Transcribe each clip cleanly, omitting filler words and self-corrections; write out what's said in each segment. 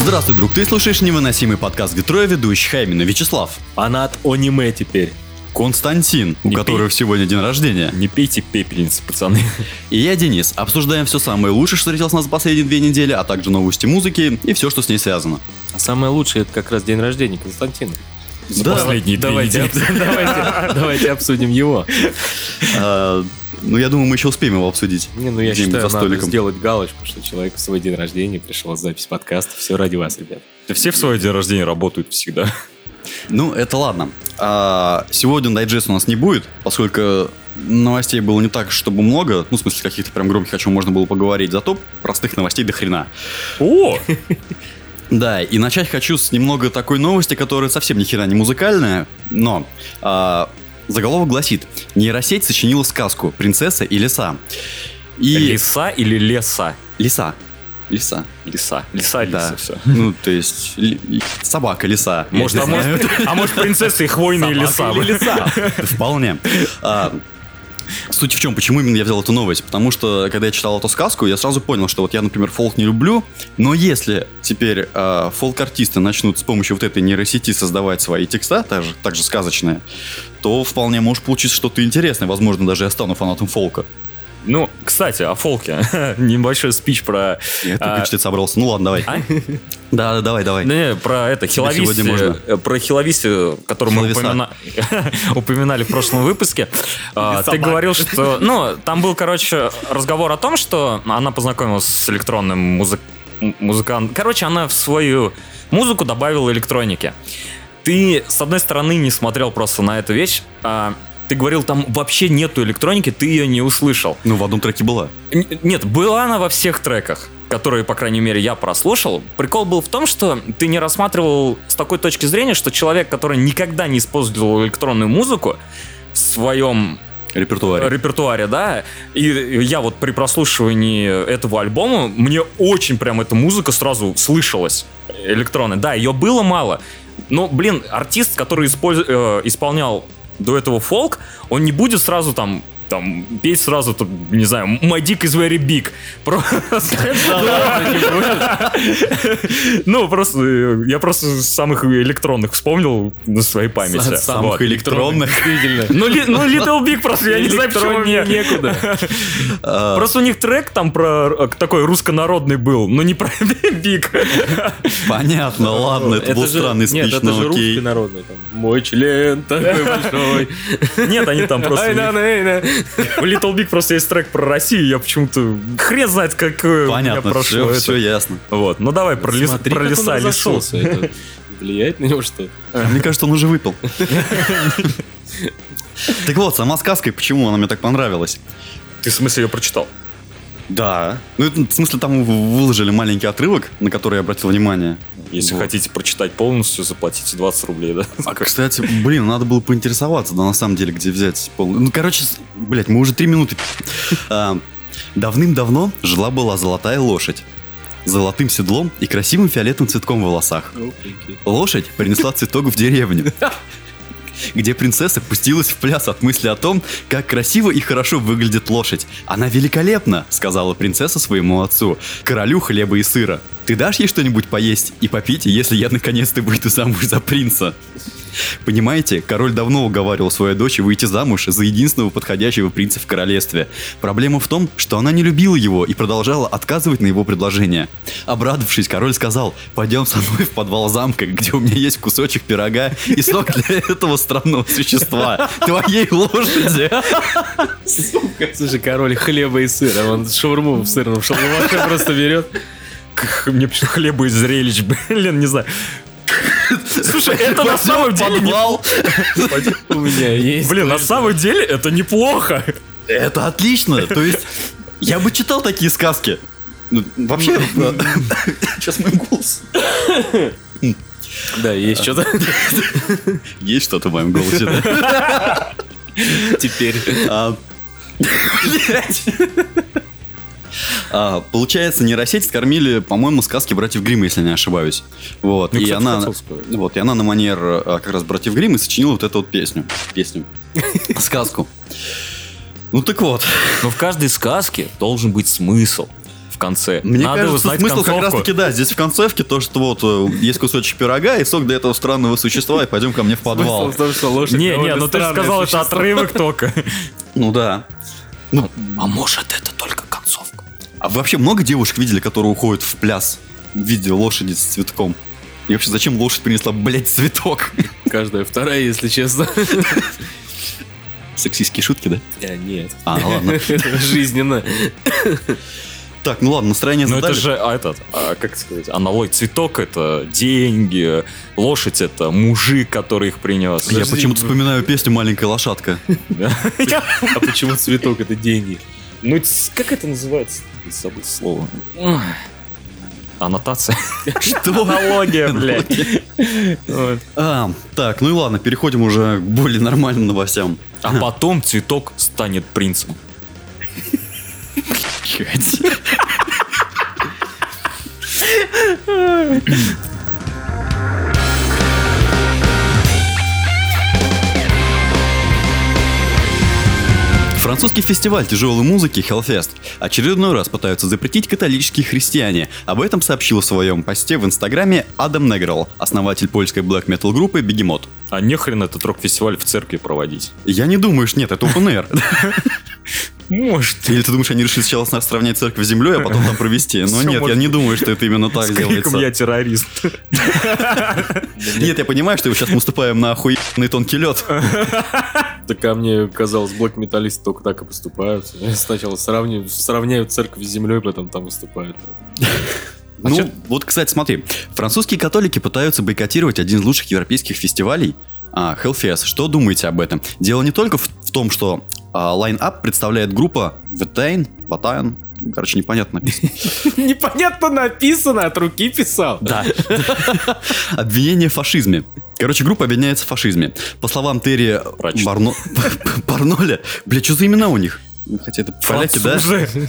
Здравствуй, друг, ты слушаешь невыносимый подкаст, где трое ведущих, а именно Вячеслав, Фанат аниме теперь. Константин, у которого сегодня день рождения, Не пейте пепельницы, пацаны. и я, Денис. Обсуждаем все самое лучшее, что встретилось нас за последние 2 недели, а также новости музыки и все, что с ней связано. А самое лучшее это как раз день рождения Константина. Да. Последние 2 недели. Давайте обсудим его. Ну, я думаю, мы еще успеем его обсудить. Я Где-нибудь считаю, за надо столиком. сделать галочку, что человек в свой день рождения пришел в запись подкаста. Все ради вас, ребят. Все в свой день рождения работают всегда. Ну, это ладно. Сегодня дайджест у нас не будет, поскольку новостей было не так, чтобы много. Ну, в смысле, каких-то прям громких, о чем можно было поговорить. Зато простых новостей до хрена. О! Да, и начать хочу с немного такой новости, которая совсем ни хера не музыкальная, но заголовок гласит: нейросеть сочинила сказку «Принцесса и лиса». И... Лиса или леса? Лиса. Лиса. Лиса, Да. лиса, все. Ну, то есть, собака, лиса. Может, принцесса и хвойные леса. Вполне. Суть в чем, почему именно я взял эту новость? Потому что, когда я читал эту сказку, я сразу понял, что вот я, например, фолк не люблю, но если теперь фолк-артисты начнут с помощью вот этой нейросети создавать свои текста, также сказочные, то вполне может получиться что-то интересное. Возможно, даже я стану фанатом фолка. Ну, кстати, о фолке. Небольшой спич про... Я только читать собрался. Ну ладно, давай. Да, давай. Не, про это, Хиловиси, про Хиловиси, который мы упоминали в прошлом выпуске. Ты говорил, что... Ну, там был, короче, разговор о том, что она познакомилась с электронным музыкантом. Короче, она в свою музыку добавила электроники. Ты, с одной стороны, не смотрел просто на эту вещь, ты говорил, там вообще нету электроники, ты ее не услышал. Ну, в одном треке была. Нет, была она во всех треках, которые, по крайней мере, я прослушал. Прикол был в том, что ты не рассматривал с такой точки зрения, что человек, который никогда не использовал электронную музыку в своем репертуаре, да, и я вот при прослушивании этого альбома, мне очень прям эта музыка сразу слышалась, электронная. Да, ее было мало, но, блин, артист, который исполнял до этого фолк, он не будет сразу там петь сразу, не знаю, My Dick is very big. Ну, просто я просто самых электронных вспомнил на своей памяти. Самых электронных? Ну, Little Big просто, я не знаю, почему некуда. Просто у них трек там про такой руссконародный был, но не про Big. Понятно, ладно, это был странный спич, Нет, это же русский народный. Мой член такой большой. Нет, они там просто... У Little Big просто есть трек про Россию, я почему-то хрен знает, как понятно, меня прошло. все ясно. Вот, ну давай про лиса, лису. Это влияет на него что-то? Мне кажется, он уже выпил. Так вот, сама сказка, почему она мне так понравилась? Ты в смысле ее прочитал? Да. Ну, в смысле, там выложили маленький отрывок, на который я обратил внимание. Если хотите прочитать полностью, заплатите 20 рублей, да? А, кстати, надо было поинтересоваться, да, на самом деле, где взять полный... Ну, короче, мы уже 3 минуты. Давным-давно жила-была золотая лошадь с золотым седлом и красивым фиолетовым цветком в волосах. Лошадь принесла цветок в деревню, где принцесса пустилась в пляс от мысли о том, как красиво и хорошо выглядит лошадь. «Она великолепна», — сказала принцесса своему отцу, королю хлеба и сыра. «Ты дашь ей что-нибудь поесть и попить, если я наконец-то выйду замуж за принца?» Понимаете, король давно уговаривал свою дочь выйти замуж за единственного подходящего принца в королевстве. Проблема в том, что она не любила его и продолжала отказывать на его предложение. Обрадовавшись, король сказал: «Пойдем со мной в подвал замка, где у меня есть кусочек пирога и сок для этого странного существа, твоей лошади». Сука. Слушай, король хлеба и сыра, он шаурму в сырном шаурмаше просто берет. Мне почему хлеба и зрелищ, блин, не знаю. Слушай, это на самом деле подвал. У меня есть. Блин, на самом деле это неплохо. Это отлично. То есть, я бы читал такие сказки. Ну, вообще, сейчас мой голос. Да, есть что-то. Есть что-то в моем голосе, да? Теперь. Получается, нейросеть скормили, по-моему, сказки братьев Гримм, если не ошибаюсь. Вот. Ну, и кстати, она на манер как раз братьев Гримм и сочинила вот эту вот песню. Сказку. Ну так вот. Но в каждой сказке должен быть смысл. в конце. Мне Надо кажется, узнать смысл как концовку. раз-таки, да, здесь в концовке то, что вот есть кусочек пирога и сок для этого странного существа, и пойдем ко мне в подвал. Смысл в том, что лошадь Не, довольно ну ты же странное сказал, это существо. отрывок только. Ну да. А может, это только концовка? А вы вообще много девушек видели, которые уходят в пляс в виде лошади с цветком? И вообще, зачем лошадь принесла, блядь, цветок? Каждая вторая, если честно. Сексистские шутки, да? Нет. А, ну ладно. Это жизненно. Так, ну ладно, настроение Ну это задали. же, как сказать, аналог. Цветок это деньги, лошадь это мужик, который их принес. Я почему-то вспоминаю песню «Маленькая лошадка». А почему цветок это деньги? Ну, как это называется? Забыл слово. Аннотация. Что? Аналогия, блядь. Вот. Так, ну и ладно, переходим уже к более нормальным новостям. А потом цветок станет принцем. Французский фестиваль тяжелой музыки Hellfest очередной раз пытаются запретить католические христиане. Об этом сообщил в своем посте в инстаграме Адам Неграл, основатель польской black metal группы Behemoth. А нехрен этот рок-фестиваль в церкви проводить. Я не думаю, что нет, это open air. Может. Или ты думаешь, они решили сначала сравнять церковь с землей, а потом там провести? Но Всё нет, я может. не думаю, что это именно так С криком делается. «Я террорист». Нет, я понимаю, что мы сейчас наступаем на охуенный тонкий лед. Так а мне казалось, блэк-металлисты только так и поступают. Сначала сравняют церковь с землей, потом там выступают. Ну, вот, кстати, смотри. Французские католики пытаются бойкотировать один из лучших европейских фестивалей Hellfest. Что думаете об этом? Дело не только в том, что лайн-ап представляет группа Ватайн, короче, непонятно написано. Непонятно написано, от руки писал. Да. Обвинение в фашизме. Короче, группа обвиняется в фашизме. По словам Терри Парноля, бля, что за имена у них? Хотя это поляки, да?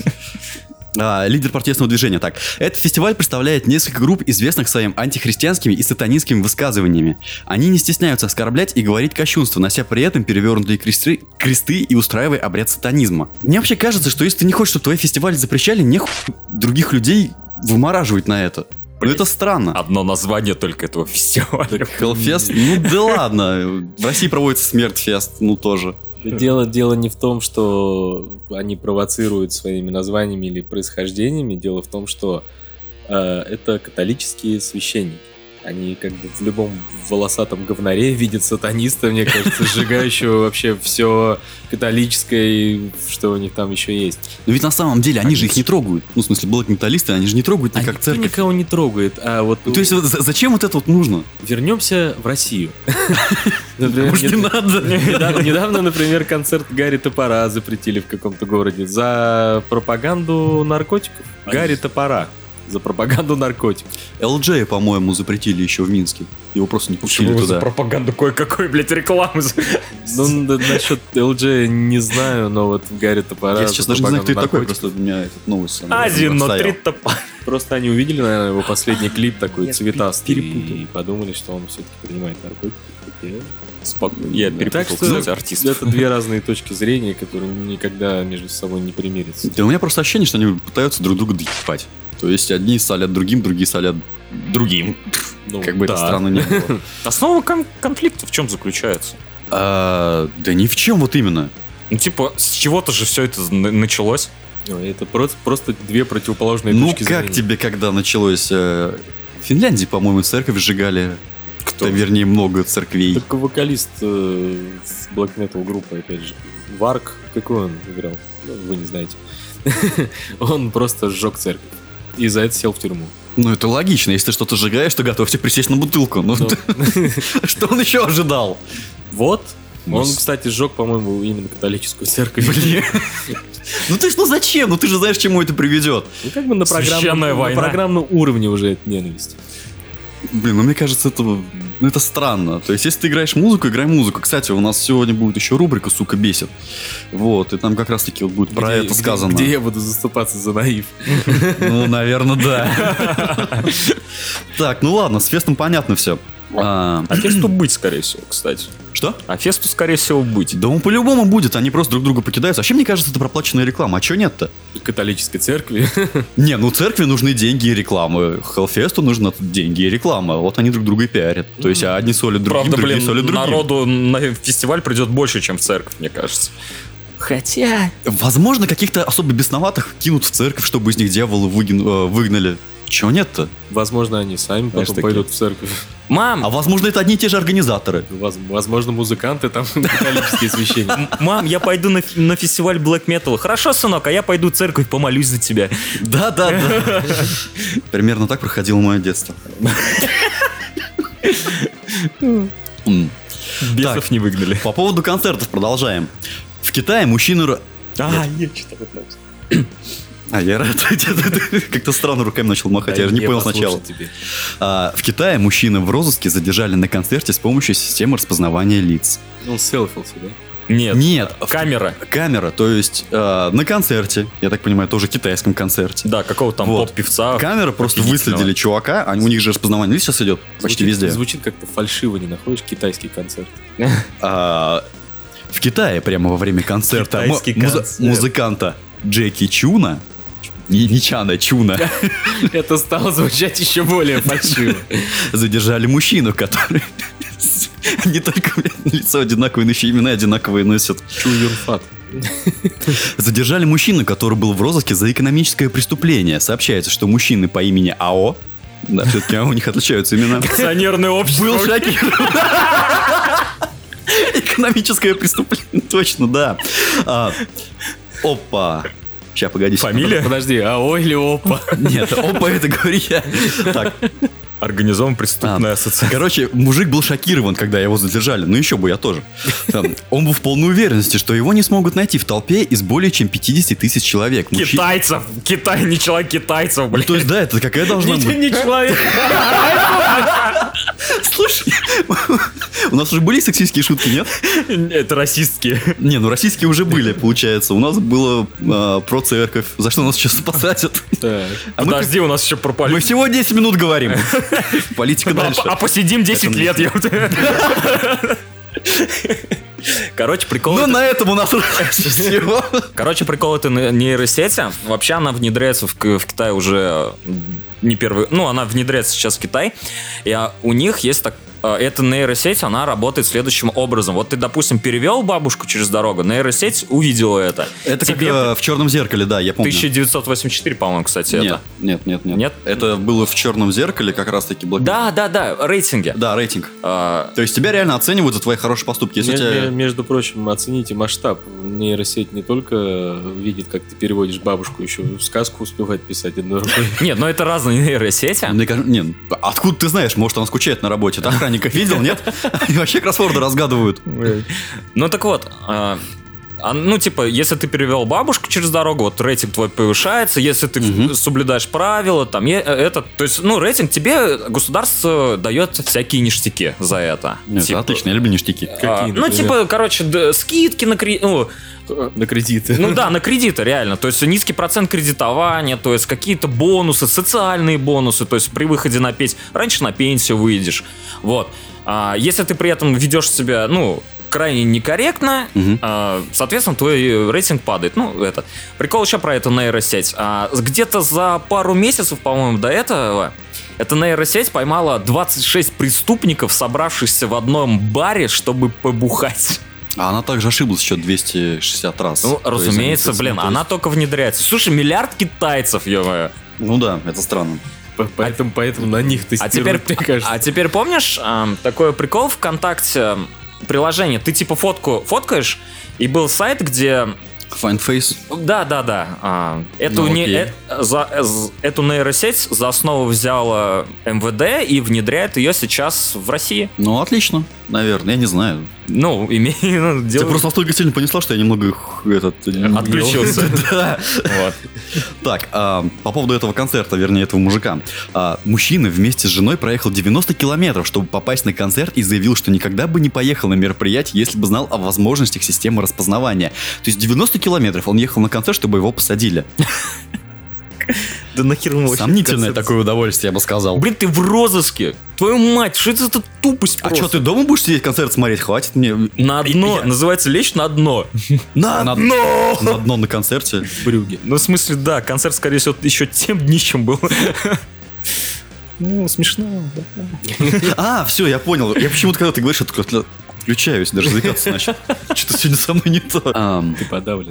Лидер протестного движения. Так, этот фестиваль представляет несколько групп, известных своими антихристианскими и сатанинскими высказываниями. Они не стесняются оскорблять и говорить кощунство, нося при этом перевернутые кресты и устраивая обряд сатанизма. Мне вообще кажется, что если ты не хочешь, чтобы твои фестивали запрещали, нехуй других людей вымораживать на это. Ну это странно. Одно название только этого фестиваля. Hellfest? Ну да ладно. В России проводится Смертфест, ну тоже. Дело не в том, что они провоцируют своими названиями или происхождениями. Дело в том, что это католические священники. Они как бы в любом волосатом говнаре видят сатаниста, мне кажется, сжигающего вообще все католическое, что у них там еще есть. Но ведь на самом деле они же их не трогают. Ну, в смысле, блэк-металлисты, они же не трогают никак Никто церковь. никого не трогает. А вот Ну, то есть, вот зачем вот это вот нужно? вернемся в Россию. Например, Может, не надо? Недавно, например, концерт Гарри Топора запретили в каком-то городе за пропаганду наркотиков. Гарри Топора за пропаганду наркотиков. LJ, по-моему, запретили еще в Минске. Его просто не пустили туда. пропаганду кое-какой, блядь, рекламы? Ну, насчет LG не знаю, но вот Гарри Топора... Я за сейчас даже не знаю, кто это такой, пропаганду просто у меня этот новость. Один, но стоял. три топа. наркотиков. Просто они увидели, наверное, его последний клип такой Я цветастый перепутал. и подумали, что он все-таки принимает наркотики. Я Так перепутал, что кстати, артистов. это две разные точки зрения, которые никогда между собой не примирятся. Да у меня просто ощущение, что они пытаются друг друга доебать. То есть одни солят другим, другие солят другим. Ну, Как бы это да. странно не было. Основа конфликта в чем заключается? Да ни в чем вот именно. Ну, типа, с чего-то же все это началось. Ну, это просто две противоположные Ну точки как зрения. тебе, когда началось... В Финляндии, по-моему, церковь сжигали. Кто? Вернее, много церквей. Так вокалист с Black Metal группы, опять же. Варк, какой он играл? Ну, вы не знаете. Он просто сжег церковь. И за это сел в тюрьму. Ну, это логично. Если ты что-то сжигаешь, то готовься присесть на бутылку. Ну, Ну, что он еще ожидал? Вот. Ну, Он, кстати, сжег, по-моему, именно католическую церковь. Ну ты ж, ну зачем? Ну ты же знаешь, к чему это приведет. Ну, как бы на Священная война. программном уровне уже это ненависть. Блин, ну мне кажется, это странно. То есть, если ты играешь музыку, играй музыку. Кстати, у нас сегодня будет еще рубрика «Сука бесит». Вот, и там как раз-таки вот будет про это сказано. Где я буду заступаться за наив. Ну, наверное, да. Так, ну ладно, с фестом понятно все. А фесту быть, скорее всего, кстати. Что? А фесту, скорее всего, будет. Да он по-любому будет, они просто друг друга покидаются. Вообще, мне кажется, это проплаченная реклама. А чё нет-то? Католической церкви. Не, ну церкви нужны деньги и реклама. Хеллфесту нужны деньги и реклама. Вот они друг друга и пиарят. То есть одни солят другим, Правда, другие солят другим. народу на фестиваль придет больше, чем в церковь, мне кажется. Хотя... Возможно, каких-то особо бесноватых кинут в церковь, чтобы из них дьявола выгнали. Чего нет-то? Возможно, они сами Знаешь, потом такие. пойдут в церковь. Мам, А возможно, это одни и те же организаторы. Возможно, музыканты там католические священники. мам, я пойду на фестиваль Black Metal. Хорошо, сынок, а я пойду в церковь, помолюсь за тебя. Да. Примерно так проходило мое детство. Бесов Так. не выгнали. По поводу концертов продолжаем. В Китае мужчины... Я что-то выпнулся. Я рад. Как-то странно руками начал махать, я же не понял сначала. В Китае мужчины в розыске задержали на концерте с помощью системы распознавания лиц. Он селфился, да? Нет, камера. Камера, то есть на концерте, я так понимаю, тоже китайском концерте. Да, какого-то там Вот. поп-певца. Камера просто офигительного. выследили чувака, у них же распознавание лиц сейчас идет почти везде. Звучит как-то фальшиво, не находишь? Китайский концерт. В Китае прямо во время концерта Китайский концерт. музыканта Джеки Чуна, не Чана, Чуна, Это стало звучать еще более фальшиво. задержали мужчину, который не только лицо одинаковое, но еще имена одинаковые носят. Чу Юнфат. Задержали мужчину, который был в розыске за экономическое преступление. Сообщается, что мужчины по имени АО, да, все-таки у них отличаются имена, Акционерное общество. был шокирован. Экономическое преступление, точно, да. Опа. Сейчас, погоди. Фамилия? Подожди, АО или ОПА? Нет, опа, это говорю я. Так, Организован преступная ассоциация. короче, мужик был шокирован, когда его задержали. Ну еще бы, я тоже. Он был в полной уверенности, что его не смогут найти в толпе из более чем 50 тысяч человек. Китайцев. Китай, не человек китайцев, Ну, блин. то есть, да, это какая должна быть? Не человек. Слушай, у нас уже были сексистские шутки, нет? Это расистские. Не, ну российские уже были, получается. У нас было про церковь. За что нас сейчас посадят? Так. А мы Подожди, у нас еще про Мы политику. всего 10 минут говорим. Политика дальше. А посидим 10 лет, ёпта. Короче, прикол. Ну, на этом у нас все. Короче, прикол этой нейросети. Вообще она внедряется в Китае уже не первый. Ну, она внедряется сейчас в Китай. И у них есть так. Эта нейросеть, она работает следующим образом. Вот ты, допустим, перевел бабушку через дорогу, нейросеть увидела это. Это Тебе как в черном зеркале, да, я помню. 1984, по-моему, кстати, Нет, это. нет. Нет? Это было в черном зеркале, как раз таки Да, рейтинги. Да, рейтинг. А, То есть тебя реально оценивают за твои хорошие поступки. Если у тебя... Между прочим, оцените масштаб. Нейросеть не только видит, как ты переводишь бабушку, еще сказку успевает писать одной рукой. Нет, но это разные нейросети. Мне кажется, нет, откуда ты знаешь, может, она скучает на работе? Ты охранников видел, нет? Они вообще кроссворды разгадывают. Ну так вот, ну типа, если ты перевел бабушку через дорогу, вот рейтинг твой повышается, если ты соблюдаешь правила, там, это, то есть, ну, рейтинг тебе государство дает всякие ништяки за это. Нет, Типа, отлично, я люблю ништяки. Какие, ну, например? типа, короче, скидки на На кредиты. ну да, на кредиты, реально. То есть низкий процент кредитования, то есть какие-то бонусы, социальные бонусы, то есть при выходе на пенсию, раньше на пенсию выйдешь. Вот. Если ты при этом ведешь себя, ну, крайне некорректно, соответственно, твой рейтинг падает. Ну, это. Прикол еще про эту нейросеть. Где-то за пару месяцев, по-моему, до этого эта нейросеть поймала 26 преступников, собравшихся в одном баре, чтобы побухать. А она также ошиблась еще 260 раз. Ну, То есть разумеется, они, блин, то есть- она только внедряется. Слушай, миллиард китайцев, ё-моё. Ну да, это странно. Поэтому на них А теперь, тестируют, мне кажется. а теперь помнишь такой прикол ВКонтакте, приложение, ты типа фотку фоткаешь, и был сайт, где... Find Face. Да. Эту, Ну, окей. эту нейросеть за основу взяла МВД и внедряет ее сейчас в России. Ну, отлично, наверное, я не знаю. Ну, Ты дело... просто настолько сильно понесла, что я немного Отключился. Да. Вот. Так, по поводу этого концерта, вернее, этого мужика. Мужчина вместе с женой проехал 90 километров, чтобы попасть на концерт, и заявил, что никогда бы не поехал на мероприятие, если бы знал о возможностях системы распознавания. То есть 90 километров он ехал на концерт, чтобы его посадили. Да нахер ему вообще Сомнительное концерт? такое удовольствие, я бы сказал. Блин, ты в розыске. Твою мать, что это за тупость А просто? что, ты дома будешь сидеть концерт смотреть? Хватит мне. На дно. Я- Называется лечь на дно. На дно! На дно на концерте. Брюги. Ну, в смысле, да, концерт, скорее всего, еще тем днищем был. Ну, смешно. А, все, я понял. Я почему-то, когда ты говоришь, я только отключаюсь, даже заикаться начал. Что-то сегодня со мной не то. Ты подавлен.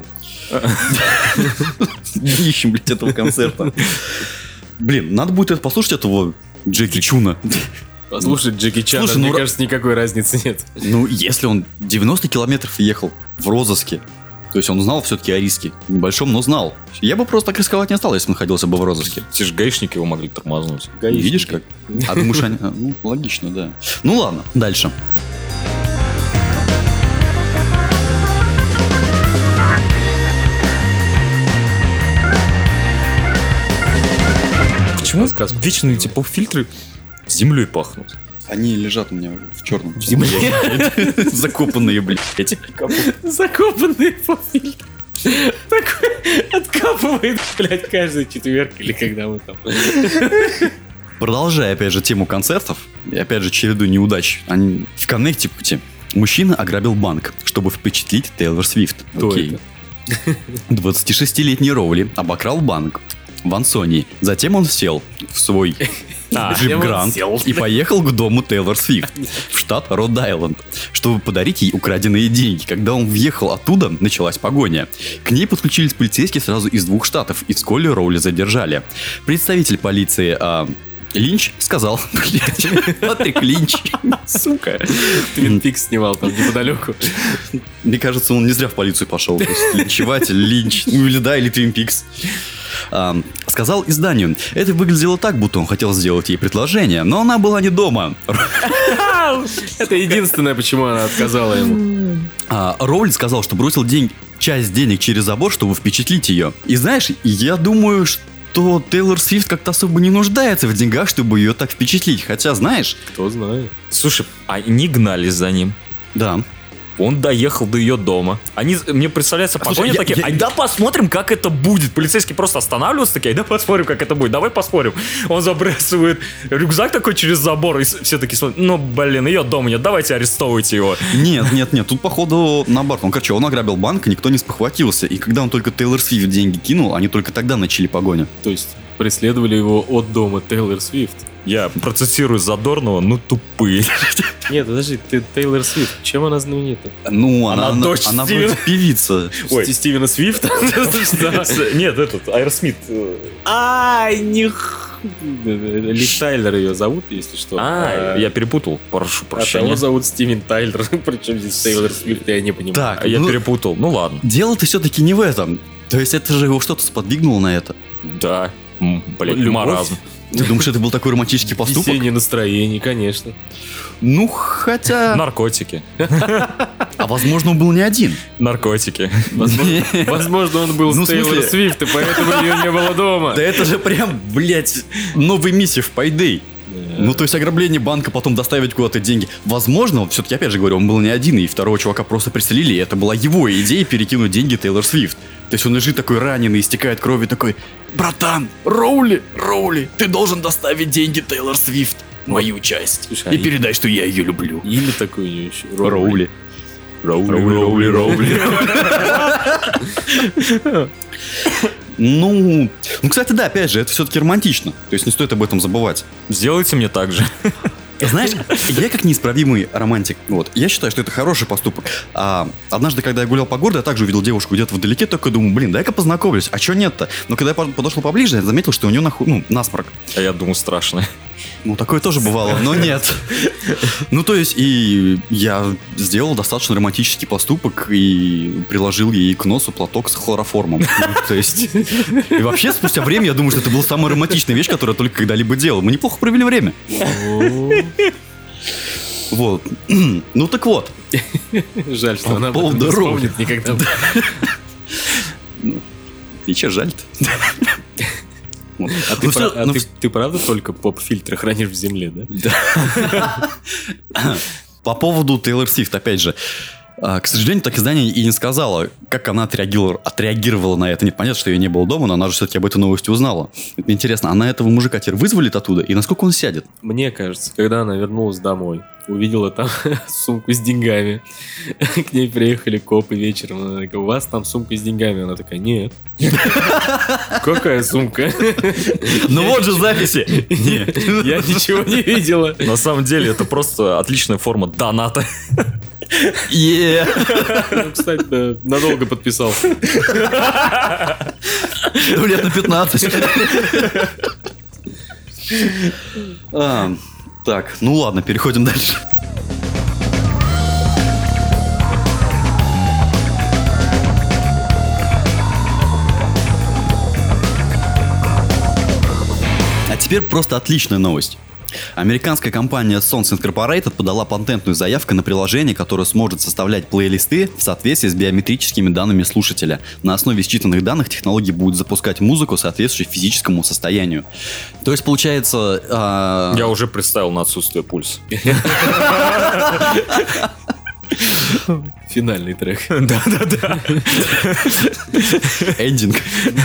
Днищем, блядь, этого концерта. Блин, надо будет это послушать, этого Джеки Чуна. Послушай, Джеки Чана, Слушай, мне ну, кажется, никакой разницы нет. Ну, если он 90 километров ехал в розыске, то есть он знал все-таки о риске. Небольшом, но знал. Я бы просто так рисковать не стал, если бы находился бы в розыске. Те же гаишники его могли тормознуть. Видишь как? А думаешь, они... Ну, логично, да. Ну, ладно, дальше. Почему вечно эти поп-фильтры землей пахнут? Они лежат у меня в черном. В земле? Закопанные, блядь. Закопанный по фильтру. Такой откапывает, блядь, каждый четверг или когда мы там. Продолжая, опять же, тему концертов, и опять же, череду неудач. Они в Коннектикуте мужчина ограбил банк, чтобы впечатлить Тейлор Свифт. Кто Окей. 26-летний Роули обокрал банк в Ансонии. Затем он сел в свой затем джип он Грант сел. и поехал к дому Тейлор Свифт в штат Род-Айленд, чтобы подарить ей украденные деньги. Когда он въехал оттуда, началась погоня. К ней подключились полицейские сразу из 2 штатов, и вскоре Роули задержали. Представитель полиции Линч сказал, блядь, Патрик Линч, сука. Твин Пикс снимал там неподалеку. Мне кажется, он не зря в полицию пошел. То есть линчеватель, Линч, ну или да, или Твин Пикс. Сказал изданию, это выглядело так, будто он хотел сделать ей предложение, но она была не дома. Это единственное, почему она отказала ему. Роули сказал, что бросил часть денег через забор, чтобы впечатлить ее. И знаешь, я думаю, что Тейлор Свифт как-то особо не нуждается в деньгах, чтобы ее так впечатлить. Хотя, знаешь... Кто знает. Слушай, они гнались за ним. Да. Он доехал до ее дома. Они, мне представляется, погоня Слушай, такие, да посмотрим, как это будет. Полицейские просто останавливаются, такие, да посмотрим, как это будет, давай посмотрим. Он забрасывает рюкзак такой через забор, и все такие смотрят, ну, блин, ее дома нет, давайте арестовывайте его. Нет, тут походу наоборот. Он ограбил банк, и никто не спохватился. И когда он только Тейлор Свифт деньги кинул, они только тогда начали погоню. То есть преследовали его от дома Тейлор Свифт. Я процитирую Задорнова, ну тупые. Нет, подожди, ты Тейлор Свифт, чем она знаменита? Ну, Она дочь она Стивена. вроде певица. Ой. Стивена Свифта? Нет, этот, Аэросмит. Ай, Лив Тайлер ее зовут, если что. Я перепутал, прошу А того прощения. зовут Стивен Тайлер. Причем здесь Тейлор Свифт, я не понимаю. Так, Я перепутал, ну ладно. дело-то все-таки не в этом. То есть это же его что-то сподвигнуло на это. Да, блин, Любовь? маразм. Ты думаешь, это был такой романтический поступок? Весеннее настроение, конечно. Ну, хотя... Наркотики. А возможно, он был не один. Наркотики. Возможно, он был Ну, с в смысле- Тейлор Свифт, и поэтому ее не было дома. Да это же прям, блядь, новый миссив Payday. Ну, то есть ограбление банка, потом доставить куда-то деньги. Возможно, все-таки, опять же говорю, он был не один, и второго чувака просто пристрелили, и это была его идея перекинуть деньги Тейлор Свифт. То есть он лежит такой раненый, истекает кровью, такой: братан, Роули, ты должен доставить деньги Тейлор Свифт, мою часть, Слушай, и передай, что я ее люблю. Имя такое у нее еще. Роули. Ну, кстати, да, опять же, это все-таки романтично. То есть не стоит об этом забывать. Сделайте мне так же. Знаешь, я как неисправимый романтик, вот, я считаю, что это хороший поступок. Однажды, когда я гулял по городу, я также увидел девушку где-то вдалеке, только думаю, блин, дай-ка познакомлюсь, а чё нет-то? Но когда я подошел поближе, я заметил, что у нее насморк. А я думаю, страшно. Ну, такое тоже бывало, но нет. Ну, то есть, и я сделал достаточно романтический поступок и приложил ей к носу платок с хлороформом. Ну, то есть, и вообще, спустя время, я думаю, что это была самая романтичная вещь, которую я только когда-либо делал. Мы неплохо провели время. Вот. Ну, так вот. Жаль, что она об По этом не поводу вспомнит никогда. И че, жаль-то? Вот. А Ну, всё, ну, ты правда только поп-фильтры хранишь в земле, да? По поводу Тейлор Свифт, опять же. К сожалению, так издание и не сказала, как она отреагировала на это. Нет, понятно, что ее не было дома, но она же все-таки об этой новости узнала. Это интересно, а на этого мужика теперь вызвали оттуда? И насколько он сядет? Мне кажется, когда она вернулась домой, увидела там сумку с деньгами. К ней приехали копы вечером. Она такая: у вас там сумка с деньгами? Она такая: нет. Какая сумка? Ну вот же записи. Нет, я ничего не видела. На самом деле это просто отличная форма доната. Ну, кстати, да, надолго подписался. Ну, лет на 15. Так, ну ладно, переходим дальше. А теперь просто отличная новость. Американская компания Sonos Incorporated подала патентную заявку на приложение, которое сможет составлять плейлисты в соответствии с биометрическими данными слушателя. На основе считанных данных технология будет запускать музыку, соответствующую физическому состоянию. То есть, получается... Я уже представил на отсутствие пульса. Финальный трек. Да-да-да. Эндинг.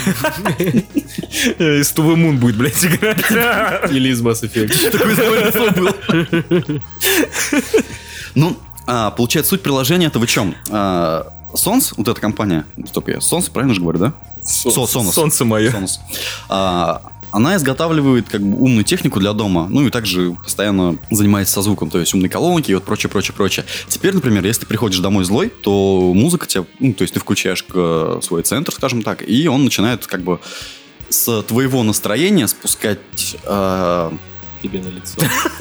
Из Тувы Мун будет, блядь, играть. Или из Mass Effect. Такой забавный был. Ну, получается, суть приложения это в чем? Sonos, вот эта компания, Sonos, правильно же говорю, да? Sonos. Солнце мое. Sonos. Она изготавливает как бы умную технику для дома, ну и также постоянно занимается со звуком, то есть умные колонки и вот прочее. Теперь, например, если ты приходишь домой злой, то музыка тебя, ну, то есть ты включаешь свой центр, скажем так, и он начинает как бы с твоего настроения спускать... Тебе на лицо.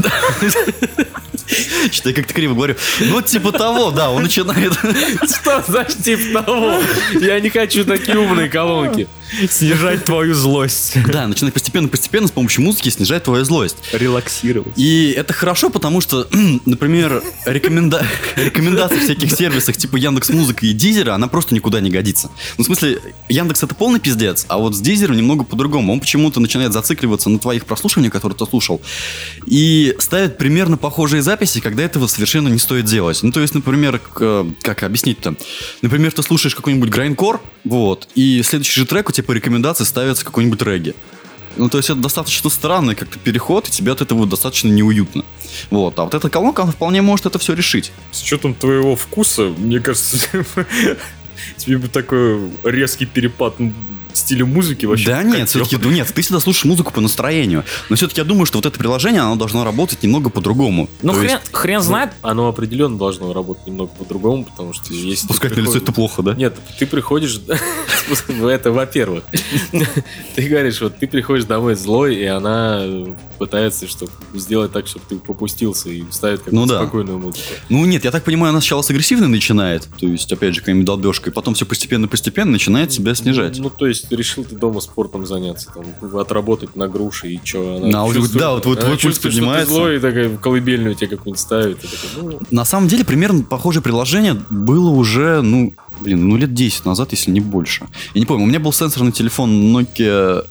Что я как-то криво говорю. Ну, типа того, да, он начинает... Что значит типа того? Я не хочу такие умные колонки. Снижать твою злость. Да, начинает постепенно с помощью музыки снижать твою злость. Релаксировать. И это хорошо, потому что, например, рекомендации всяких сервисов типа Яндекс.Музыка и Дизера, она просто никуда не годится. Ну, в смысле, Яндекс это полный пиздец, а вот с Дизером немного по-другому. Он почему-то начинает зацикливаться на твоих прослушиваниях, которые ты слушал, и ставит примерно похожие записи, когда этого совершенно не стоит делать. Ну, то есть, например, как объяснить-то? Например, ты слушаешь какой-нибудь грайндкор, вот, и следующий же трек у тебя по рекомендации ставится какой-нибудь регги. Ну, то есть это достаточно странный как-то переход, и тебе от этого достаточно неуютно. Вот. А вот эта колонка, она вполне может это все решить. С учетом твоего вкуса, мне кажется, тебе бы такой резкий перепад стиля музыки вообще. Да нет, все-таки, нет, ты всегда слушаешь музыку по настроению. Но все-таки я думаю, что вот это приложение, оно должно работать немного по-другому. Ну, хрен знает. Оно определенно должно работать немного по-другому, потому что если... Спускать на лицо это плохо, да? Нет, ты приходишь... Это, во-первых. Ты говоришь, вот ты приходишь домой злой, и она пытается сделать так, чтобы ты попустился и ставит какую-то спокойную музыку. Ну нет, я так понимаю, она сначала с агрессивной начинает, то есть, опять же, какая-нибудь долбежка, и потом все постепенно начинает себя снижать. Ну, то есть, решил ты дома спортом заняться, там, отработать на груши, и что, она да, вот твой пульс поднимается. Что ты злой, и такая колыбельную тебе какую-нибудь ставит. На самом деле, примерно похожее приложение было уже, лет 10 назад, если не больше. Я не помню, у меня был сенсорный телефон Nokia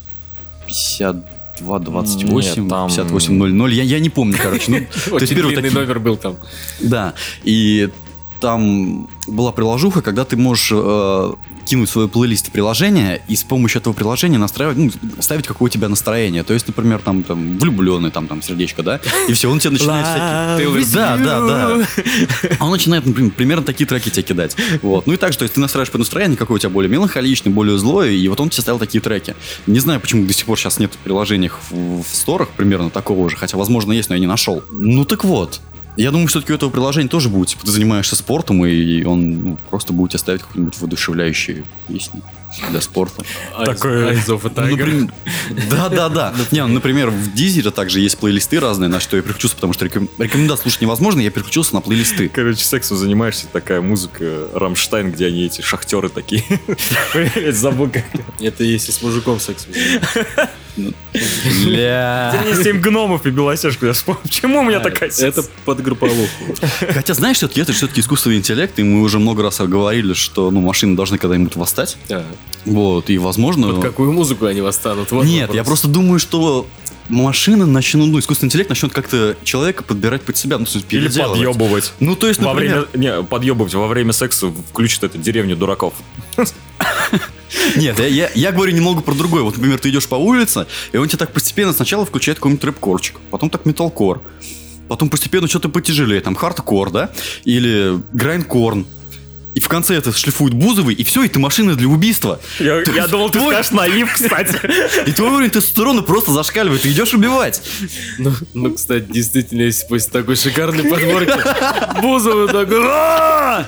5228, 5800. Я не помню, короче. Очень длинный номер был там. Да, и там была приложуха, когда ты можешь кинуть свой плейлист в приложение и с помощью этого приложения настраивать, ставить, какое у тебя настроение. То есть, например, там влюбленный, там сердечко, да, и все, он тебе начинает всякие... Да. Он начинает, например, примерно такие треки тебе кидать. Вот. Ну и так же, то есть ты настраиваешь по настроению, какое у тебя более меланхоличное, более злое, и вот он тебе ставил такие треки. Не знаю, почему до сих пор сейчас нет в приложениях в сторах примерно такого же, хотя, возможно, есть, но я не нашел. Ну так вот. Я думаю, все-таки у этого приложения тоже будет, типа, ты занимаешься спортом, и он просто будет тебе ставить какие-нибудь воодушевляющие песни для спорта. Такое... Eyes of a Tiger. Да. Не, например, в Дизере также есть плейлисты разные, на что я переключился, потому что рекомендации слушать невозможно, я переключился на плейлисты. Короче, сексом занимаешься, такая музыка Рамштайн, где они эти шахтеры такие. Забыл как. Это если с мужиком сексом занимаешься. Бля. 7 гномов и белосежку. Я вспомнил, почему у меня такая Это под групповуху. Хотя, знаешь, все-таки это все-таки искусственный интеллект, и мы уже много раз говорили, что машины должны когда-нибудь восстать. Вот, и возможно... Под какую музыку они восстанут? Вот Нет, вопрос. я просто думаю, что машины начнут, искусственный интеллект начнет как-то человека подбирать под себя, Или переделывать. подъебывать. Ну, то есть, например... Подъебывать во время секса включит эту деревню дураков. Нет, я говорю немного про другое. Вот, например, ты идешь по улице, и он тебе так постепенно сначала включает какой-нибудь рэп-корчик, потом так металкор, потом постепенно что-то потяжелее, там хардкор, да, или грайндкорн. И в конце это шлифует Бузовый, и все, и ты машина для убийства. Я думал, ты скажешь наив, кстати. И твой уровень тестостерона просто зашкаливает, ты идешь убивать. Ну, кстати, действительно, если после такой шикарной подборки Бузова такой... «А-а-а!»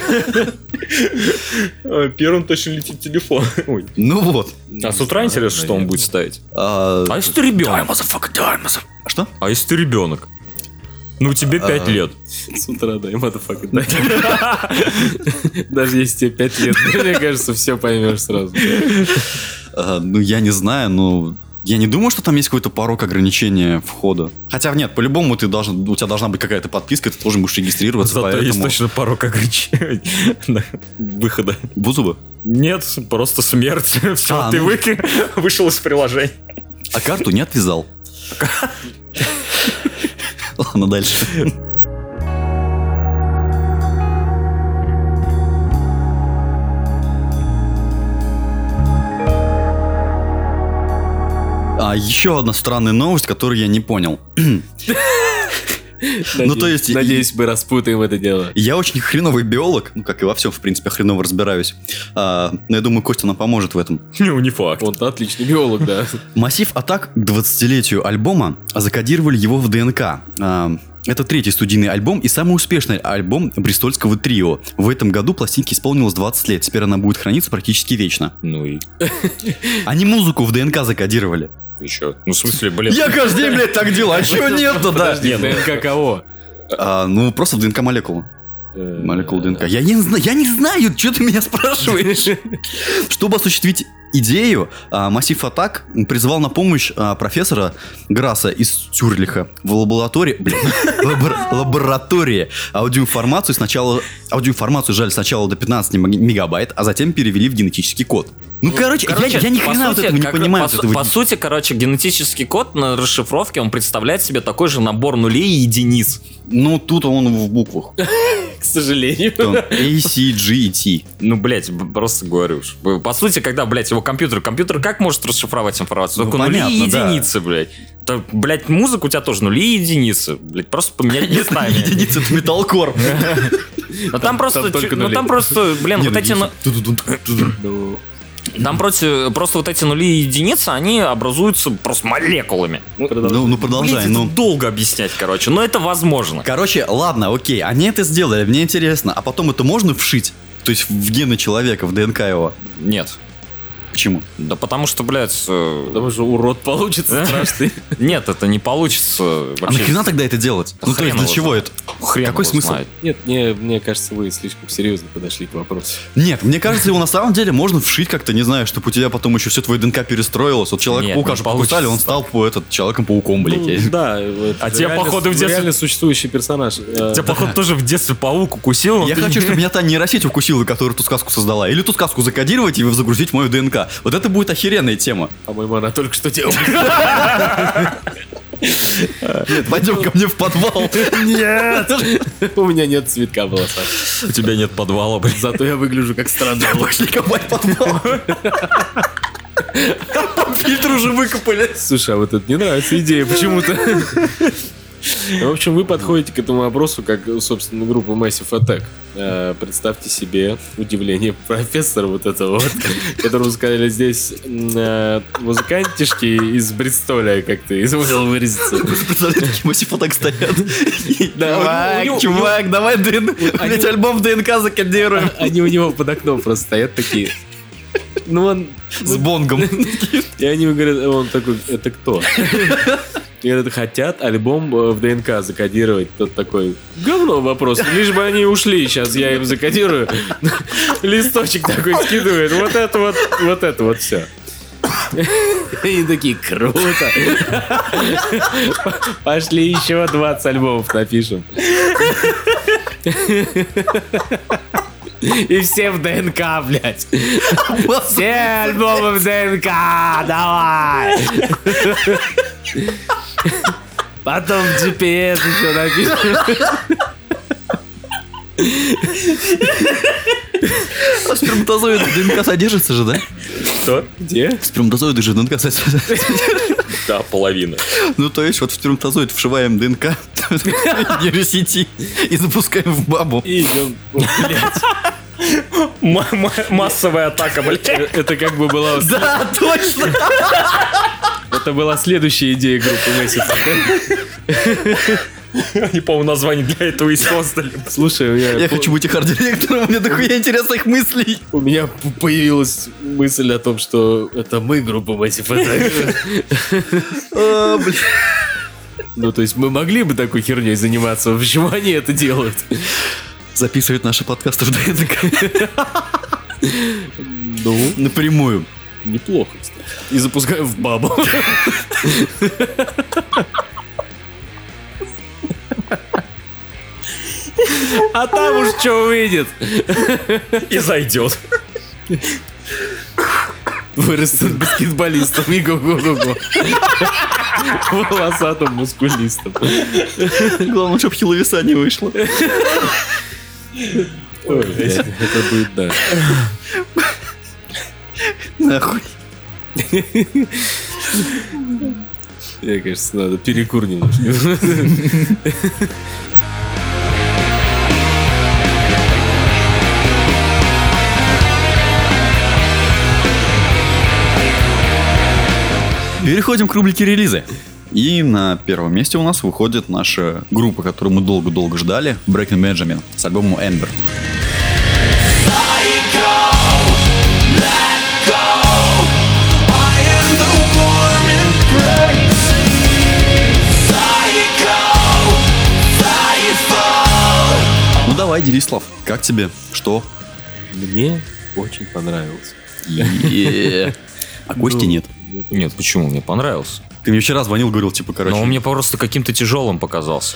Первым точно летит телефон. Ну вот. А с утра интересно, что он будет ставить. А если ты ребенок? Что? А если ты ребенок? Ну, тебе 5 лет. С утра, да, и motherfucker, да. Даже если тебе 5 лет, мне кажется, все поймешь сразу. Ну, я не знаю, но... Я не думаю, что там есть какой-то порог ограничения входа. Хотя нет, по-любому у тебя должна быть какая-то подписка, ты должен будешь регистрироваться. Зато поэтому... есть точно порог ограничений выхода. Бузова? Нет, просто смерть. Все, ты вышел из приложения. А карту не отвязал. Ладно, дальше. А еще одна странная новость, которую я не понял. Ну, то есть... Надеюсь, мы распутаем это дело. Я очень хреновый биолог, ну, как и во всем, в принципе, хреново разбираюсь. Но я думаю, Костя нам поможет в этом. Ну, не факт. Он отличный биолог, да. Массив атак к 20-летию альбома закодировали его в ДНК. Это третий студийный альбом и самый успешный альбом бристольского трио. В этом году пластинке исполнилось 20 лет. Теперь она будет храниться практически вечно. Ну и... Они музыку в ДНК закодировали. Еще. Ну, в смысле, блин. Я каждый день, блядь, так делаю. А чего нет-то, да? Подожди, ДНК кого? Ну, просто в ДНК молекулу. Молекулу ДНК. Я не знаю, что ты меня спрашиваешь. Чтобы осуществить идею, Массив Атак призвал на помощь профессора Грасса из Цюрлиха в лаборатории аудиоинформацию сжали сначала до 15 мегабайт, а затем перевели в генетический код. Ну, короче, я ни хрена вот этого не понимаю. По сути, генетический код на расшифровке, он представляет себе такой же набор нулей и единиц. Ну, тут он в буквах. К сожалению. A, C, G и T. Ну, блядь, просто говорю уж. По сути, когда, блядь, его компьютер как может расшифровать информацию? Только нули и единицы, блядь. Так, блядь, музыка у тебя тоже нули и единицы. Блядь, просто поменять местами. Единицы — это металкор. Но там просто, блин, вот эти... Там просто вот эти нули и единицы, они образуются просто молекулами. Ну, продолжай. Блин, это долго объяснять, короче, но это возможно. Короче, ладно, окей, они это сделали, мне интересно. А потом это можно вшить? То есть в гены человека, в ДНК его? Нет. Почему? Да потому что, блядь... Потому что урод получится страшный. Нет, это не получится вообще. А нахрена тогда это делать? Ну, то есть для чего это? Какой смысл? Нет, мне кажется, вы слишком серьезно подошли к вопросу. Нет, мне кажется, его на самом деле можно вшить как-то, не знаю, чтобы у тебя потом еще все твое ДНК перестроилось. Вот Человека-паука же покусали, он стал Человеком-пауком, блядь. Да. А тебе, походу, в детстве... Реально существующий персонаж. Тебя, походу, тоже в детстве паук укусил. Я хочу, чтобы меня та нейросеть укусила, которая ту сказку создала. Или ту сказку закодировать и загрузить в мою ДНК. Вот это будет охеренная тема. По-моему, она только что делала. Нет, пойдем ко мне в подвал. Нет! У меня нет цветка в волосах. У тебя нет подвала, блин. Зато я выгляжу как странный волк. Пошли копать подвал. Фильтр уже выкопали. Слушай, а вот это не нравится идея почему-то. В общем, вы подходите к этому вопросу как, собственно, группа Massive Attack. Представьте себе удивление профессора вот этого вот, которому сказали здесь музыкантишки из Бристоля, как ты изволил выразиться. Представляете, такие Massive Attack стоят. Чувак, давай альбом ДНК закодируем. Они у него под окном просто стоят такие. Ну он... С бонгом. И они ему говорят, он такой, это кто? И говорят, хотят альбом в ДНК закодировать. Тот такой, говно вопрос, лишь бы они ушли, сейчас я им закодирую. Листочек такой скидывает, вот это вот все. И такие, круто. Пошли еще 20 альбомов напишем. И все в ДНК, блядь. Все альбомы в ДНК, давай. Потом в GPS еще напишем. А сперматозоиды в ДНК содержатся же, да? Что? Где? Сперматозоиды же в ДНК содержатся. Да, половина. Ну, то есть, вот в сперматозоид вшиваем ДНК нейросети и запускаем в бабу. И идем, блядь. Массовая атака, блядь. Это как бы была... Да, точно! Это была следующая идея группы Massive. Они, по-моему, название для этого и создали. Слушай, Я хочу быть их арт-директором, у меня дохуя интересных мыслей. у меня появилась мысль о том, что это мы группа Massive. Блин. Ну, то есть мы могли бы такой херней заниматься, почему они это делают? Записывать наши подкасты в ДНК. Ну, Напрямую. неплохо, кстати. И запускаем в бабу. А там уж что выйдет. И зайдет. Вырастут баскетболистом. Го-го-го-го. Волосатым мускулистом. Главное, чтобы хиловеса не вышло. Ой, блядь, это будет, да. Нахуй. Мне кажется, надо перекур немножко. Переходим к рубрике релизы. И на первом месте у нас выходит наша группа, которую мы долго-долго ждали, Breaking Benjamin, с альбомом Ember. Ну давай, делись, Слав. Как тебе? Что? Мне очень понравилось. А Кости нет. Нет, почему? Мне понравился. Ты мне вчера звонил, говорил, типа, короче... Но он мне просто каким-то тяжелым показался.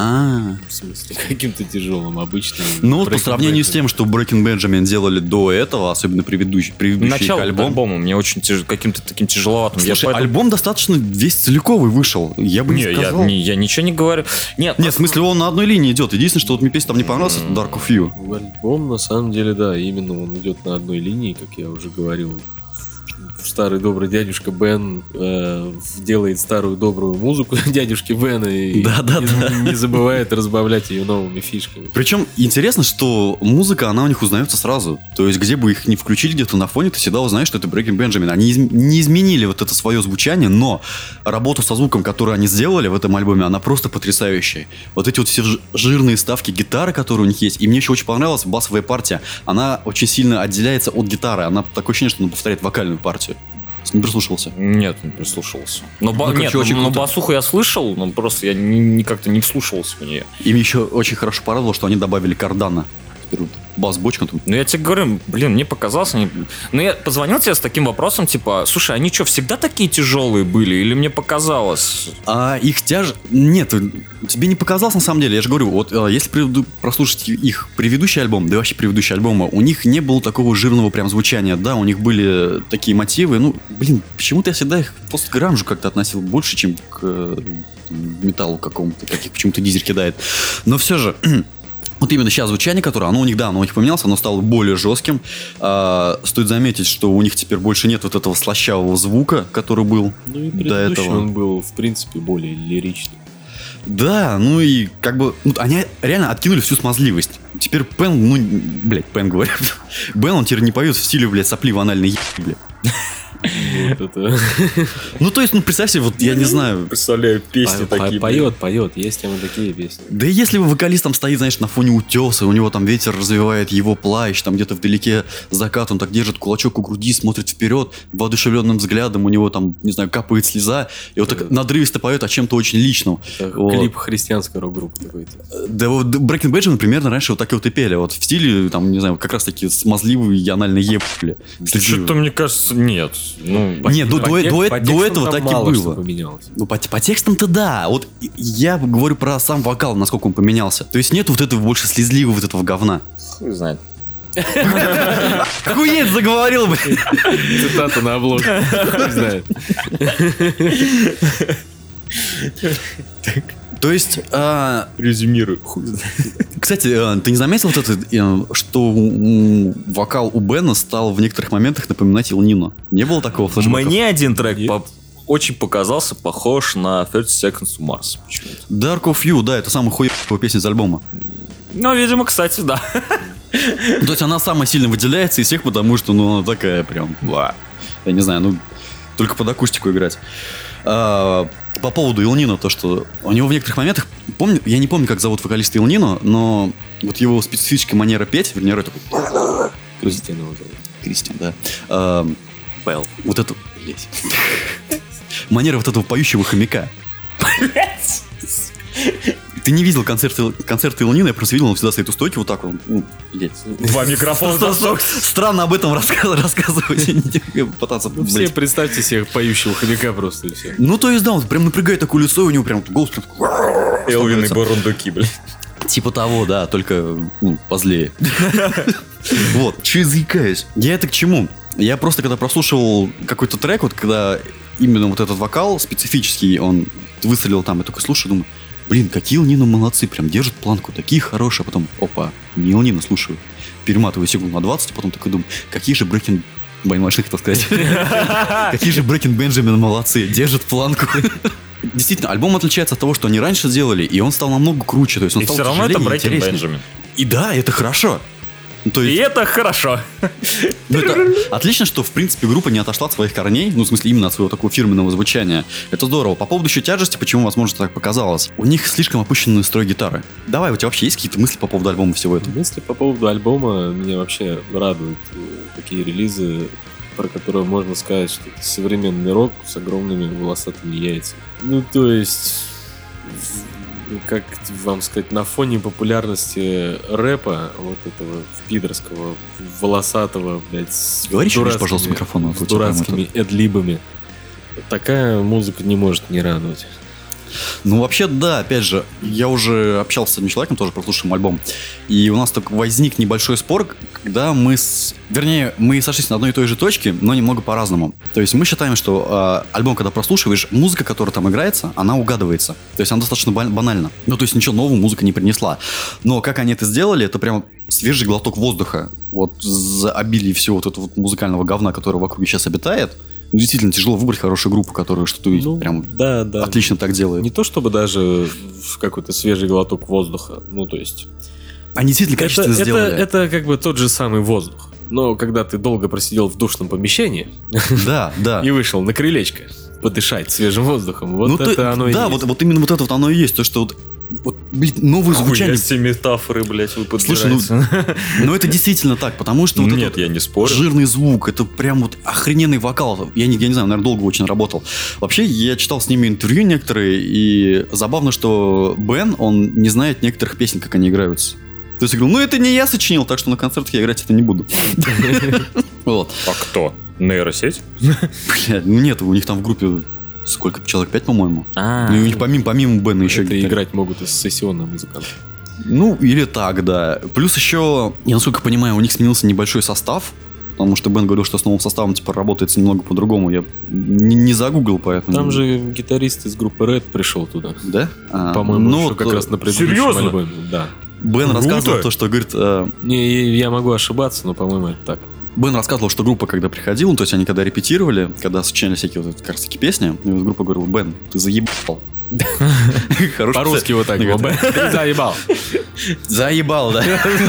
В смысле, каким-то тяжелым, обычным. Ну, вот по сравнению с тем, что Breaking Benjamin делали до этого, особенно предыдущий Начало альбом. альбома мне очень каким-то таким тяжеловатым. Слушай, альбом достаточно весь целиковый вышел. Я бы не сказал. Я ничего не говорю. Нет, Нет, в смысле, он на одной линии идет. Единственное, что вот мне песня там не понравилась, это Dark of You. Альбом, на самом деле, да, именно он идет на одной линии, как я уже говорил. Старый добрый дядюшка Бен делает старую добрую музыку дядюшки Бена и не забывает разбавлять ее новыми фишками. Причем интересно, что музыка, она у них узнается сразу. То есть, где бы их не включили где-то на фоне, ты всегда узнаешь, что это Breaking Benjamin. Они не изменили вот это свое звучание, но работу со звуком, которую они сделали в этом альбоме, она просто потрясающая. Вот эти вот все жирные ставки гитары, которые у них есть. И мне еще очень понравилась басовая партия. Она очень сильно отделяется от гитары. Она такое ощущение, что она повторяет вокальную партию. Не прислушивался? Нет, не прислушивался. Но, короче, очень круто. басуху я слышал, но просто я как-то не вслушивался в нее. Им еще очень хорошо порадовало, что они добавили кардана. Теперь вот бас-бочка там. Ну я тебе говорю, мне показалось, ну я позвонил тебе с таким вопросом, типа, слушай, они что, всегда такие тяжелые были или мне показалось? А их Нет, тебе не показалось на самом деле, я же говорю, вот если прослушать их предыдущий альбом, да и вообще предыдущий альбом, у них не было такого жирного прям звучания, да, у них были такие мотивы, ну, блин, почему-то я всегда их к пост-гранжу как-то относил больше, чем к металлу какому-то, как их почему-то дизель кидает, но все же... Вот именно сейчас звучание, которое, оно у них поменялось, оно стало более жестким. Стоит заметить, что у них теперь больше нет вот этого слащавого звука, который был ну и до этого. Он был, в принципе, более лиричный. Да, ну и как бы... Ну, они реально откинули всю смазливость. Теперь Пен говорит. Бен, он теперь не поет в стиле, блядь, сопливо анальной ебли. Вот это. Ну, то есть, представь себе, вот я не знаю. Представляю песни такие. Поет, есть тема такие песни. Да и если вокалист там стоит, знаешь, на фоне утеса, у него там ветер развивает его плащ, там где-то вдалеке закат, он так держит кулачок у груди, смотрит вперед, воодушевленным взглядом, у него там, не знаю, капает слеза, и вот так надрывисто поет о чем-то очень личном. Клип христианской рок-группы какой-то. Да вот Breaking Benjamin примерно раньше вот так и вот и пели, вот в стиле, там, не знаю, как раз таки смазливые и анальные ебли. Что-то, мне кажется, нет. Не, до этого так и мало что было. поменялось. Ну, по текстам-то да. Вот я говорю про сам вокал, насколько он поменялся. То есть нет вот этого больше слезливого вот этого говна. Хуй знает. Охуеть заговорил, блин. Цитата на обложку. Не знаю. То есть, Резюмирую. Хуй знает. кстати, ты не заметил вот это, что вокал у Бена стал в некоторых моментах напоминать Ил Нино? Не было такого флешбэка? Мне один трек очень показался похож на 30 Seconds to Mars. Почему-то. Dark of You, да, это самая хуевая песня из альбома. Ну, видимо, кстати, да. То есть она самая сильно выделяется из всех, потому что, ну, она такая прям, я не знаю, ну, только под акустику играть. По поводу Ил Нино, то, что у него в некоторых моментах, я не помню, как зовут вокалиста Ил Нино, но вот его специфическая манера петь, вернее, такой... Кристина его зовут. Кристиан, да. Пэл. Вот эту... Манера вот этого поющего хомяка. Ты не видел концерты Ил Нино, я просто видел, он всегда стоит у стойки вот так вот. Два микрофона. Странно об этом рассказывать. Пытаться, Ну, все представьте себе поющего хомяка просто и все. Ну, то есть, да, он прям напрягает такое лицо, и у него прям голос прям... Элвин и Бурундуки, блин. Типа того, да, только позлее. Вот, че я заикаюсь? Я это к чему? Я просто, когда прослушивал какой-то трек, вот когда именно вот этот вокал специфический, он выстрелил там, я такой слушаю, думаю, блин, какие Ил Нино молодцы, прям держат планку, такие хорошие, а потом, опа, не Ил Нино слушаю, перематываю секунд на 20, потом такой думаю, какие же Breaking Баймаши, хотел сказать, какие же Breaking Benjamin молодцы, держат планку. Действительно, альбом отличается от того, что они раньше делали, и он стал намного круче, то есть он И стал все равно это тяжелее и Breaking интереснее. Benjamin. И да, это хорошо. То И есть, это хорошо. ну, это отлично, что, в принципе, группа не отошла от своих корней, ну, в смысле, именно от своего такого фирменного звучания. Это здорово. По поводу еще тяжести, почему, возможно, так показалось. У них слишком опущенный строй гитары. Давай, у тебя вообще есть какие-то мысли по поводу альбома всего этого? Мысли по поводу альбома меня вообще радуют такие релизы, про которые можно сказать, что это современный рок с огромными волосатыми яйцами. Ну, то есть, как вам сказать, на фоне популярности рэпа, вот этого пидорского, волосатого, блядь, с Говори еще, дурацкими- пожалуйста, в микрофон, а то с у тебя прям дурацкими эдлибами. Такая музыка не может не радовать. Ну, вообще, да, опять же, я уже общался с одним человеком, тоже прослушал альбом, и у нас так возник небольшой спор, когда мы сошлись на одной и той же точке, но немного по-разному. То есть мы считаем, что альбом, когда прослушиваешь, музыка, которая там играется, она угадывается. То есть она достаточно банальна. Ну, то есть ничего нового музыка не принесла. Но как они это сделали, это прям свежий глоток воздуха. Вот за обилие всего вот этого вот музыкального говна, которое вокруг сейчас обитает. Ну, действительно, тяжело выбрать хорошую группу, которая что-то прям да. отлично так делает. Не то чтобы даже в какой-то свежий глоток воздуха. Ну, то есть... Они действительно качественно сделали. Это как бы тот же самый воздух. Но когда ты долго просидел в душном помещении Да. и вышел на крылечко подышать свежим воздухом, вот Ну, это оно и да, есть. вот именно вот это вот оно и есть. То, что вот блин, новые звучания. Все метафоры, блядь, вы Слушай, ну это действительно так, потому что вот Нет, этот я не спорю. жирный звук, это прям вот охрененный вокал. Я не знаю, наверное, долго очень работал. Вообще, я читал с ними интервью некоторые, и забавно, что Бен, он не знает некоторых песен, как они играются. То есть я говорю, ну это не я сочинил, так что на концертах я играть это не буду. Вот. А кто? Нейросеть? Блядь, ну нет, у них там в группе сколько? Человек 5, по-моему. А, Ну и у них помимо Бена еще Это гитарист. играть могут и сессионные музыканты. Ну, или так, да. Плюс еще, я насколько понимаю, у них сменился небольшой состав, потому что Бен говорил, что с новым составом типа работает немного по-другому. Я не загуглил, поэтому... Там же гитарист из группы Red пришел туда. Да? По-моему, ну, еще вот, как раз на предыдущем серьезно? альбоме. Да. Бен Круто. рассказывал то, что, говорит... Не, я могу ошибаться, но, по-моему, это так. Бен рассказывал, что группа, когда приходила, ну, то есть они когда репетировали, когда сочиняли всякие вот как раз таки песни, и вот группа говорила, Бен, ты заебал. Хороший По-русски вот так. Нет. Ты заебал. Заебал, да.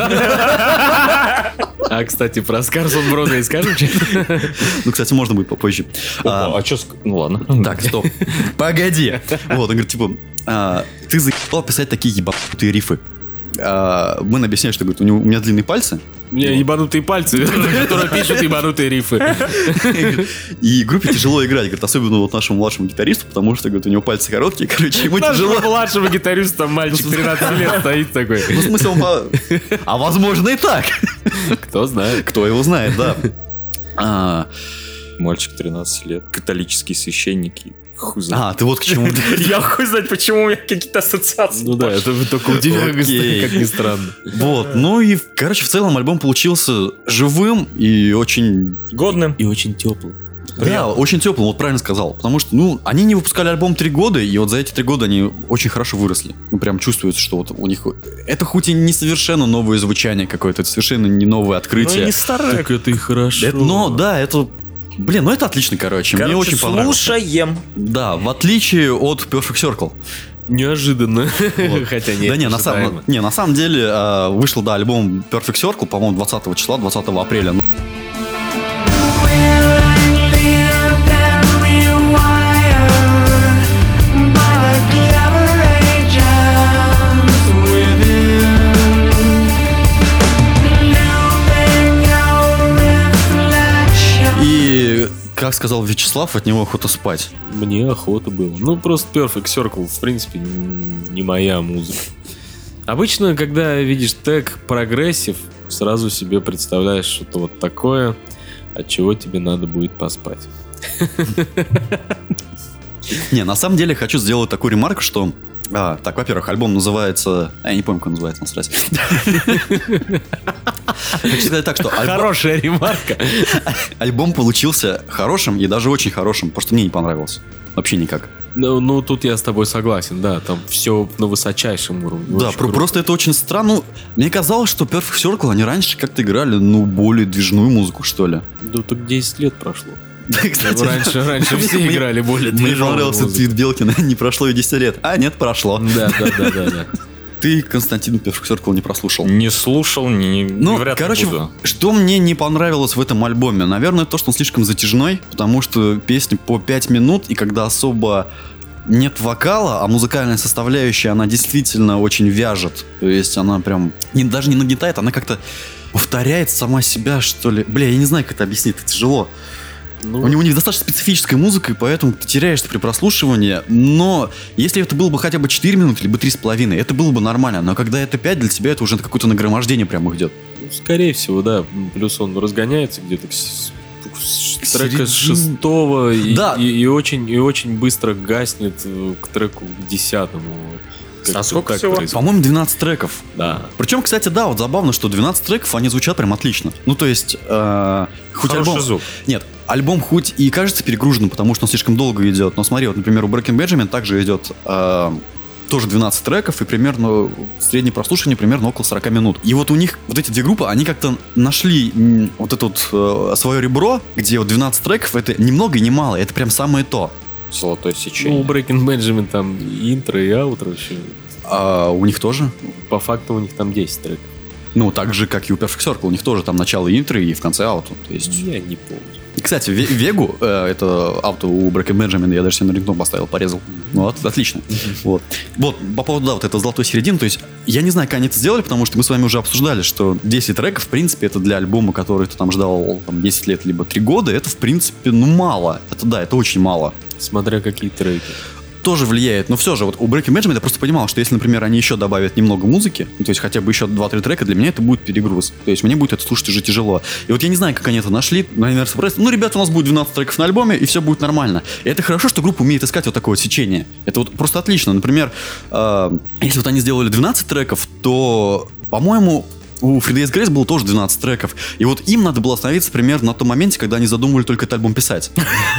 А, кстати, про Скарсон Бродвей скажем? Ну, кстати, можно будет попозже. а что... Ну ладно. Так, стоп. Погоди. Вот, он говорит, типа, ты заебал писать такие ебанутые рифы. Бен объясняет, что говорит, у меня длинные пальцы. У меня ебанутые пальцы, которые пишут ебанутые рифы. И группе тяжело играть, говорит, особенно вот нашему младшему гитаристу, потому что, говорит, у него пальцы короткие, короче, ему тяжело. Нашему младшему гитаристу там мальчик 13 лет стоит такой. Ну, в смысле, а возможно и так. Кто знает. Кто его знает, да. Мальчик 13 лет, католический священник. И хуй знает. А, ты вот к чему. Я хуй знать, почему у меня какие-то ассоциации. Ну да, это только у тебя, Окей. как ни странно. Вот, ну и, короче, в целом альбом получился живым и очень... Годным. И очень теплый. Да, очень теплым, вот правильно сказал. Потому что, ну, они не выпускали альбом 3 года, и вот за эти 3 года они очень хорошо выросли. Ну, прям чувствуется, что вот у них... Это хоть и не совершенно новое звучание какое-то, это совершенно не новое открытие. Ну, не старый. Так это и хорошо. Но, да, это... Блин, ну это отлично, короче. Мне очень понравилось. слушаем. Да, в отличие от Perfect Circle. Неожиданно. Вот. Хотя нет. Да не, на самом деле, вышел, да, альбом Perfect Circle, по-моему, 20 числа, 20 апреля. И, как сказал Вячеслав, от него охота спать. Мне охота было. Ну, просто Perfect Circle, в принципе, не моя музыка. Обычно, когда видишь тег прогрессив, сразу себе представляешь что-то вот такое, от чего тебе надо будет поспать. Не, на самом деле хочу сделать такую ремарку, что... так, во-первых, альбом называется... я не помню, как он называется, насрать. Хочу сказать так, что Хорошая ремарка. альбом получился хорошим и даже очень хорошим, потому что мне не понравился. Вообще никак. Ну, тут я с тобой согласен, да, там все на высочайшем уровне. Да, Очень круто. просто это очень странно. Ну, мне казалось, что Perfect Circle, они раньше как-то играли, ну, более движную музыку, что ли. Да, так 10 лет прошло. Да, кстати, Раньше все мне- играли более Мне движовую понравился музыку. твит Белкина. Не прошло и 10 лет. А, нет, прошло. Да. Ты, Константин, Perfect Circle не прослушал. Не слушал, Ну, вряд ли короче, буду. что мне не понравилось в этом альбоме? Наверное, то, что он слишком затяжной, потому что песни по 5 минут, и когда особо нет вокала, а музыкальная составляющая, она действительно очень вяжет. То есть она прям даже не нагнетает, она как-то повторяет сама себя, что ли. Бля, я не знаю, как это объяснить, это тяжело. Ну, У них достаточно специфическая музыка, и поэтому ты теряешься при прослушивании. Но если это было бы хотя бы 4 минуты, либо 3,5, это было бы нормально. Но когда это 5, для тебя это уже какое-то нагромождение прямо идет. скорее всего, да. Плюс он разгоняется где-то с трека с Середин- 6-го Да. и очень быстро гаснет к треку к 10-му. А сколько всего? По-моему, 12 треков. Да. Причем, кстати, да, вот забавно, что 12 треков, они звучат прям отлично. Ну, то есть, хоть Хороший альбом... звук. Нет, альбом хоть и кажется перегруженным, потому что он слишком долго идет, но смотри, вот, например, у Breaking Benjamin также идет тоже 12 треков, и примерно среднее прослушивание примерно около 40 минут. И вот у них вот эти две группы, они как-то нашли вот это вот свое ребро, где вот 12 треков, это ни много и ни мало, это прям самое то. Золотое Ну, сечение. у Breaking Benjamin там и интро, и аутро еще. А у них тоже? По факту у них там 10 треков. Ну, так же, как и у Perfect Circle, у них тоже там начало интро и в конце аутро. То есть... Я не помню. И, кстати, Вегу, это авто у Breaking Benjamin, я даже себе на рингтон поставил, порезал. Ну, отлично. Вот, по поводу, да, вот этого золотой середины, то есть, я не знаю, как они это сделали, потому что мы с вами уже обсуждали, что 10 треков, в принципе, это для альбома, который ты там ждал там, 10 лет, либо 3 года, это, в принципе, ну, мало. Это, да, это очень мало. Смотря какие треки. Тоже влияет, но все же, вот у Breaking Benjamin я просто понимал, что если, например, они еще добавят немного музыки, ну, то есть хотя бы еще 2-3 трека, для меня это будет перегруз. То есть мне будет это слушать уже тяжело. И вот я не знаю, как они это нашли, наверное, просто, ну, ребята, у нас будет 12 треков на альбоме, и все будет нормально. И это хорошо, что группа умеет искать вот такое вот сечение. Это вот просто отлично. Например, если вот они сделали 12 треков, то, по-моему, у Free Days Grace было тоже 12 треков. И вот им надо было остановиться примерно на том моменте, когда они задумывали только этот альбом писать.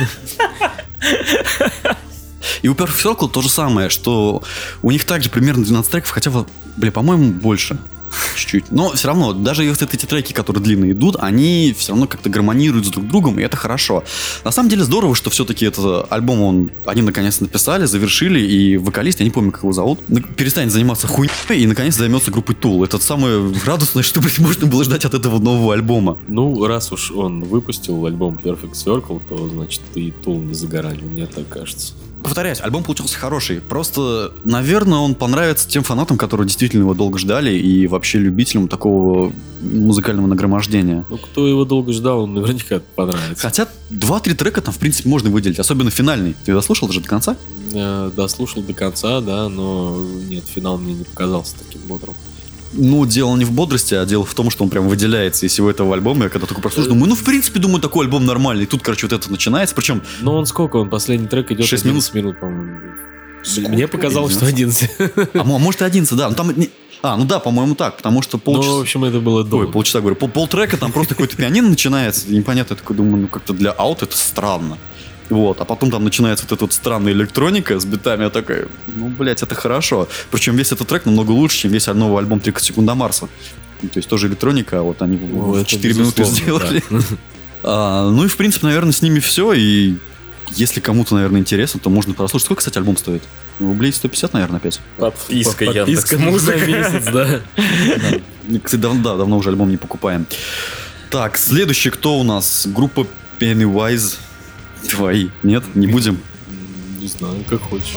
И у Perfect Circle то же самое, что у них также примерно 12 треков, хотя, по-моему, больше. Чуть-чуть. Но все равно, даже если эти треки, которые длинные идут, они все равно как-то гармонируют с друг другом, и это хорошо. На самом деле здорово, что все-таки этот альбом они наконец написали, завершили, и вокалист, я не помню, как его зовут, перестанет заниматься хуйней и наконец займется группой Tool. Это самое радостное, что можно было ждать от этого нового альбома. Ну, раз уж он выпустил альбом Perfect Circle, то, значит, и Tool не за горами, мне так кажется. Повторяюсь, альбом получился хороший. Просто, наверное, он понравится тем фанатам, которые действительно его долго ждали, и вообще любителям такого музыкального нагромождения. Ну, кто его долго ждал, он наверняка понравится. Хотя 2-3 трека там, в принципе, можно выделить, особенно финальный. Ты дослушал даже до конца? Я дослушал до конца, да, но нет, финал мне не показался таким бодрым. Ну, дело не в бодрости, а дело в том, что он прям выделяется из всего этого альбома. Я когда такой прослушал, думаю, в принципе, думаю, такой альбом нормальный. И тут, короче, вот это начинается. Причем... Ну, он сколько? Он последний трек идет 6 минут, по-моему. Мне показалось, что 11. А может и 11, да. Ну, там... ну да, по-моему, так, потому что полчаса... Ну, в общем, это было долго. Ой, полчаса, говорю, полтрека, там просто какой-то пианино начинается, непонятно, я такой думаю, как-то для аут это странно. Вот, а потом там начинается вот эта вот странная электроника с битами, я такой, это хорошо. Причем весь этот трек намного лучше, чем весь новый альбом 30 секунд до Марса. То есть тоже электроника, а вот они в 4 минуты сделали. Да. Ну и, в принципе, наверное, с ними все, и если кому-то, наверное, интересно, то можно прослушать. Сколько, кстати, альбом стоит? Рублей 150, наверное, опять. Подписка Яндекс.Музыка. Месяц, да. Кстати, давно уже альбом не покупаем. Так, следующий кто у нас? Группа Pennywise. Твои. Нет, не будем? Не знаю, как хочешь.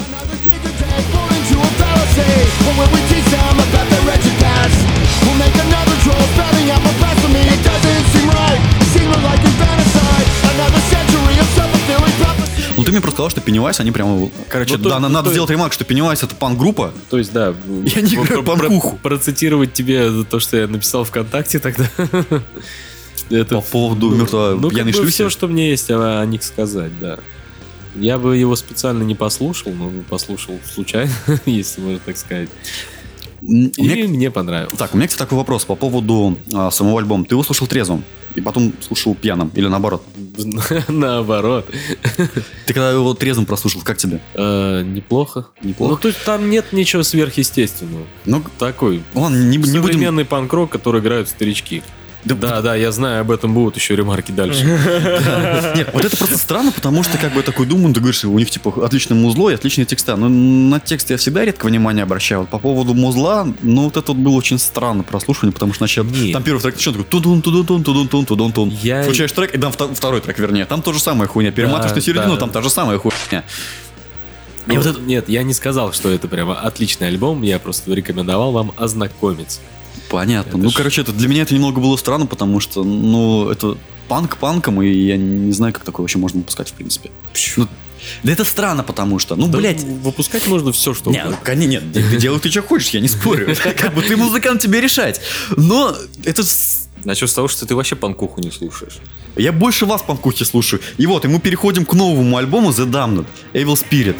Ну ты мне просто сказал, что Pennywise, они прямо... Короче, надо сделать ремарк, что Pennywise это панк-группа. То есть, да. Я не играю панкуху. Процитировать тебе то, что я написал ВКонтакте тогда. По поводу мертвого пьяной шлюхи. Все, что мне есть о них сказать, да. Я бы его специально не послушал, но послушал случайно, если можно так сказать. И мне понравилось. Так, у меня, кстати, такой вопрос по поводу самого альбома. Ты его слушал трезвым и потом слушал пьяным или наоборот? Наоборот. Ты когда его трезвым прослушал, как тебе? Неплохо. Неплохо. Ну, то есть там нет ничего сверхъестественного. Ну, такой не современный панк-рок, который играют старички. Да, я знаю, об этом будут еще ремарки дальше. Нет, вот это просто странно, потому что как бы такой думаю, ты говоришь, у них типа отличное музло и отличные текста. Но на тексты я всегда редко внимание обращаю. Вот по поводу музла, вот это вот было очень странно прослушивание, потому что начал там первый трек начал такой тудун-тудун-тун-тудун-тун-тун. Включаешь трек, и там второй трек, вернее. Там тоже самая хуйня. Перематываешь на середину, там та же самая хуйня. Нет, я не сказал, что это прямо отличный альбом, я просто рекомендовал вам ознакомиться. Понятно. Это для меня это немного было странно, потому что, это панк панком, и я не знаю, как такое вообще можно выпускать, в принципе. Да это странно, потому что, выпускать можно все, что угодно. Нет, делай ты что хочешь, я не спорю. Как бы ты музыкант, тебе решать. Но это... Начнем с того, что ты вообще панкуху не слушаешь. Я больше вас панкухи слушаю. И мы переходим к новому альбому The Damned, Evil Spirit.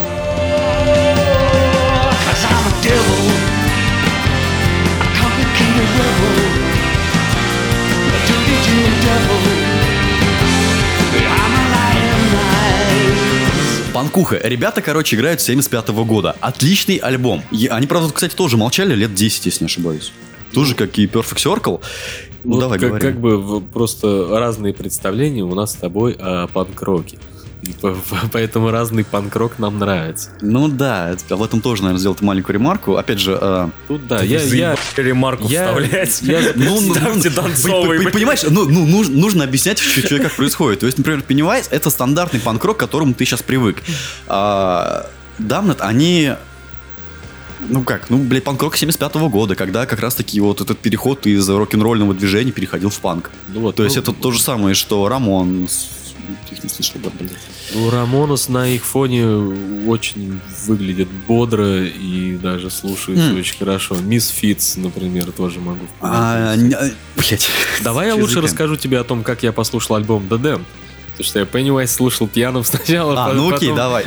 Панкуха. Ребята, играют с 75-го года. Отличный альбом. Они, правда, кстати, тоже молчали лет 10, если не ошибаюсь. Тоже, как и Perfect Circle. Давай, говори. Как бы просто разные представления у нас с тобой о панк-роке. Поэтому разный панк-рок нам нравится. Ну да, об этом тоже, наверное, сделать маленькую ремарку. Опять же... Тут да, я ремарку вставлять. Ставьте танцовый. Понимаешь, нужно объяснять, что как происходит. То есть, например, Pennywise — это стандартный панк-рок, к которому ты сейчас привык. Damned, они... панк-рок 75-го года, когда как раз-таки вот этот переход из рок-н-ролльного движения переходил в панк. То есть это то же самое, что Рамон... Их не слышал, да, блин. Рамонос на их фоне очень выглядит бодро и даже слушается очень хорошо. Misfits, например, тоже могу. Давай я лучше расскажу тебе о том, как я послушал альбом The Damned. Потому что я Pennywise слушал пьяным сначала, окей, давай.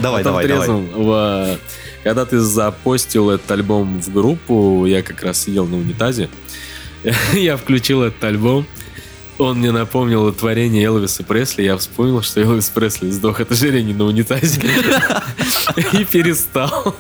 Когда ты запостил этот альбом в группу, я как раз сидел на унитазе. Я включил этот альбом. Он мне напомнил творение Элвиса Пресли. Я вспомнил, что Элвис Пресли сдох от ожирения на унитазе. И перестал.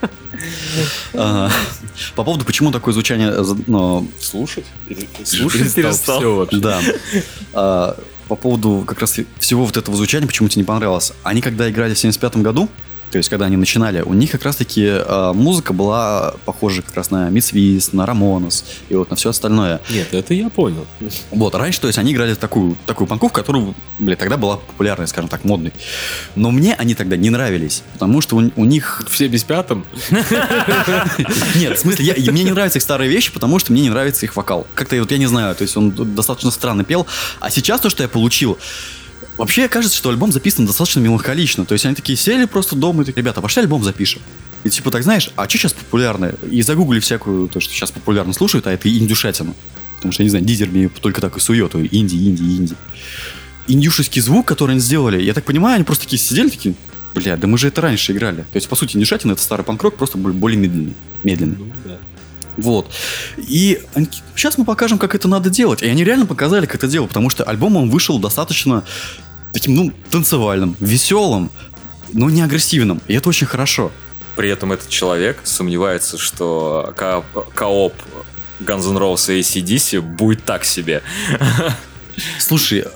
По поводу, почему такое звучание... Слушать? Слушать перестал. Все вообще. Да. По поводу как раз всего вот этого звучания, почему тебе не понравилось. Они когда играли в 75-м году, то есть, когда они начинали, у них как раз-таки музыка была похожа как раз на Misfits, на Ramones и вот на все остальное. Нет, это я понял. Вот, раньше, то есть, они играли такую панковку, которая, тогда была популярной, скажем так, модной. Но мне они тогда не нравились, потому что у них... В 75-м? Нет, в смысле, мне не нравятся их старые вещи, потому что мне не нравится их вокал. Как-то, я не знаю, то есть, он достаточно странно пел. А сейчас то, что я получил... Вообще, кажется, что альбом записан достаточно меланхолично. То есть они такие сели просто дома и такие, ребята, пошли альбом запишем. И типа так, знаешь, а что сейчас популярно? И загугли всякую, то, что сейчас популярно слушают, а это индюшатина. Потому что, я не знаю, Дизер мне только так и сует, инди. Индюшеский звук, который они сделали, я так понимаю, они просто такие сидели, такие, бля, да мы же это раньше играли. То есть, по сути, индюшатина — это старый панк-рок, просто более медленный. Ну, да. Вот. И сейчас мы покажем, как это надо делать. И они реально показали, как это делать, потому что альбом он вышел достаточно таким, танцевальным, веселым, но не агрессивным. И это очень хорошо. При этом этот человек сомневается, что кооп Guns N' Roses и AC/DC будет так себе. Слушай,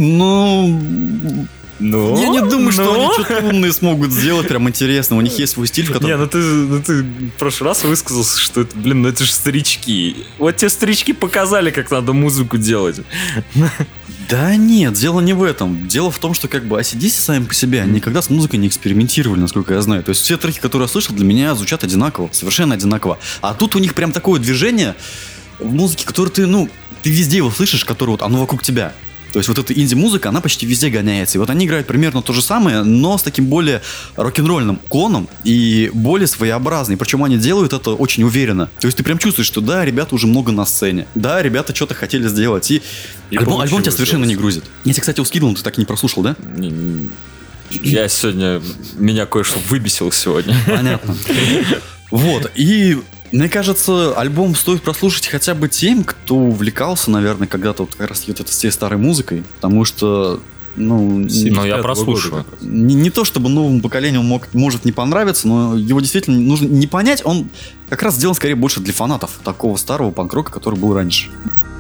я не думаю, что они что-то умное смогут сделать, прям интересно. У них есть свой стиль, в котором... Не, ты в прошлый раз высказался, что это, это же старички. Вот те старички показали, как надо музыку делать. Да нет, дело не в этом. Дело в том, что как бы AC/DC сами по себе никогда с музыкой не экспериментировали, насколько я знаю. То есть все треки, которые я слышал, для меня звучат одинаково, совершенно одинаково. А тут у них прям такое движение в музыке, которое ты везде его слышишь, которое вот оно вокруг тебя. То есть вот эта инди-музыка, она почти везде гоняется. И вот они играют примерно то же самое, но с таким более рок-н-ролльным уклоном и более своеобразный. Причем они делают это очень уверенно. То есть ты прям чувствуешь, что да, ребята уже много на сцене. Да, ребята что-то хотели сделать. И альбом тебя совершенно не грузит. Я тебе, кстати, скидывал, ты так и не прослушал, да? Я сегодня... Меня кое-что выбесил сегодня. Понятно. Вот, и... Мне кажется, альбом стоит прослушать хотя бы тем, кто увлекался, наверное, когда-то вот как раз вот этой всей старой музыкой, потому что, я прослушаю. Не то чтобы новому поколению может не понравиться, но его действительно нужно не понять, он как раз сделан скорее больше для фанатов такого старого панк-рока, который был раньше.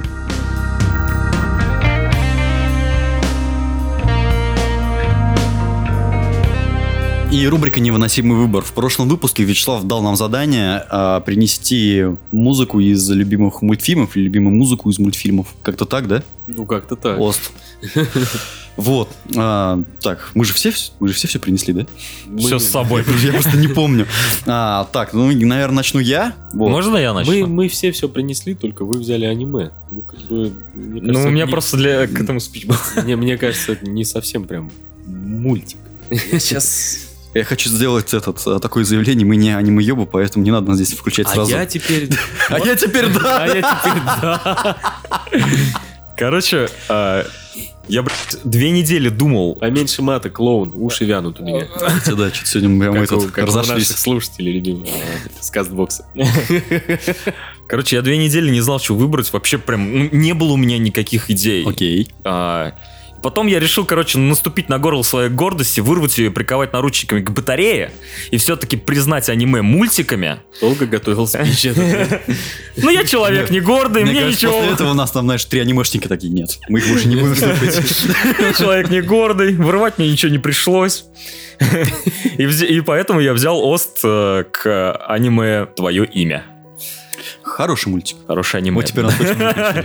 И рубрика «Невыносимый выбор». В прошлом выпуске Вячеслав дал нам задание принести музыку из любимых мультфильмов или любимую музыку из мультфильмов. Как-то так, да? Как-то так. Ост. Вот. Так, мы же все принесли, да? Все с собой. Я просто не помню. Так, наверное, начну я. Можно я начну? Мы все принесли, только вы взяли аниме. У меня просто к этому спич был. Мне кажется, это не совсем прям мультик. Я хочу сделать такое заявление, мы не аниме-ёбы, поэтому не надо нас здесь включать сразу. А я теперь да. Короче, я, 2 недели думал. Поменьше мата, клоун, уши вянут у меня. Да, что-то сегодня мы прям разошлись. У наших слушателей любимых с кастбокса. Короче, я 2 недели не знал, что выбрать. Вообще прям не было у меня никаких идей. Окей. Потом я решил, наступить на горло своей гордости, вырвать ее и приковать наручниками к батарее и все-таки признать аниме мультиками. Долго готовил спич этот. Я человек не гордый, мне ничего. После этого у нас там, 3 анимешника такие, нет, мы их больше не будем слушать. Я человек не гордый, вырывать мне ничего не пришлось. И поэтому я взял Ост к аниме «Твое имя». Хороший мультик. Хорошее аниме. Вот теперь нас точно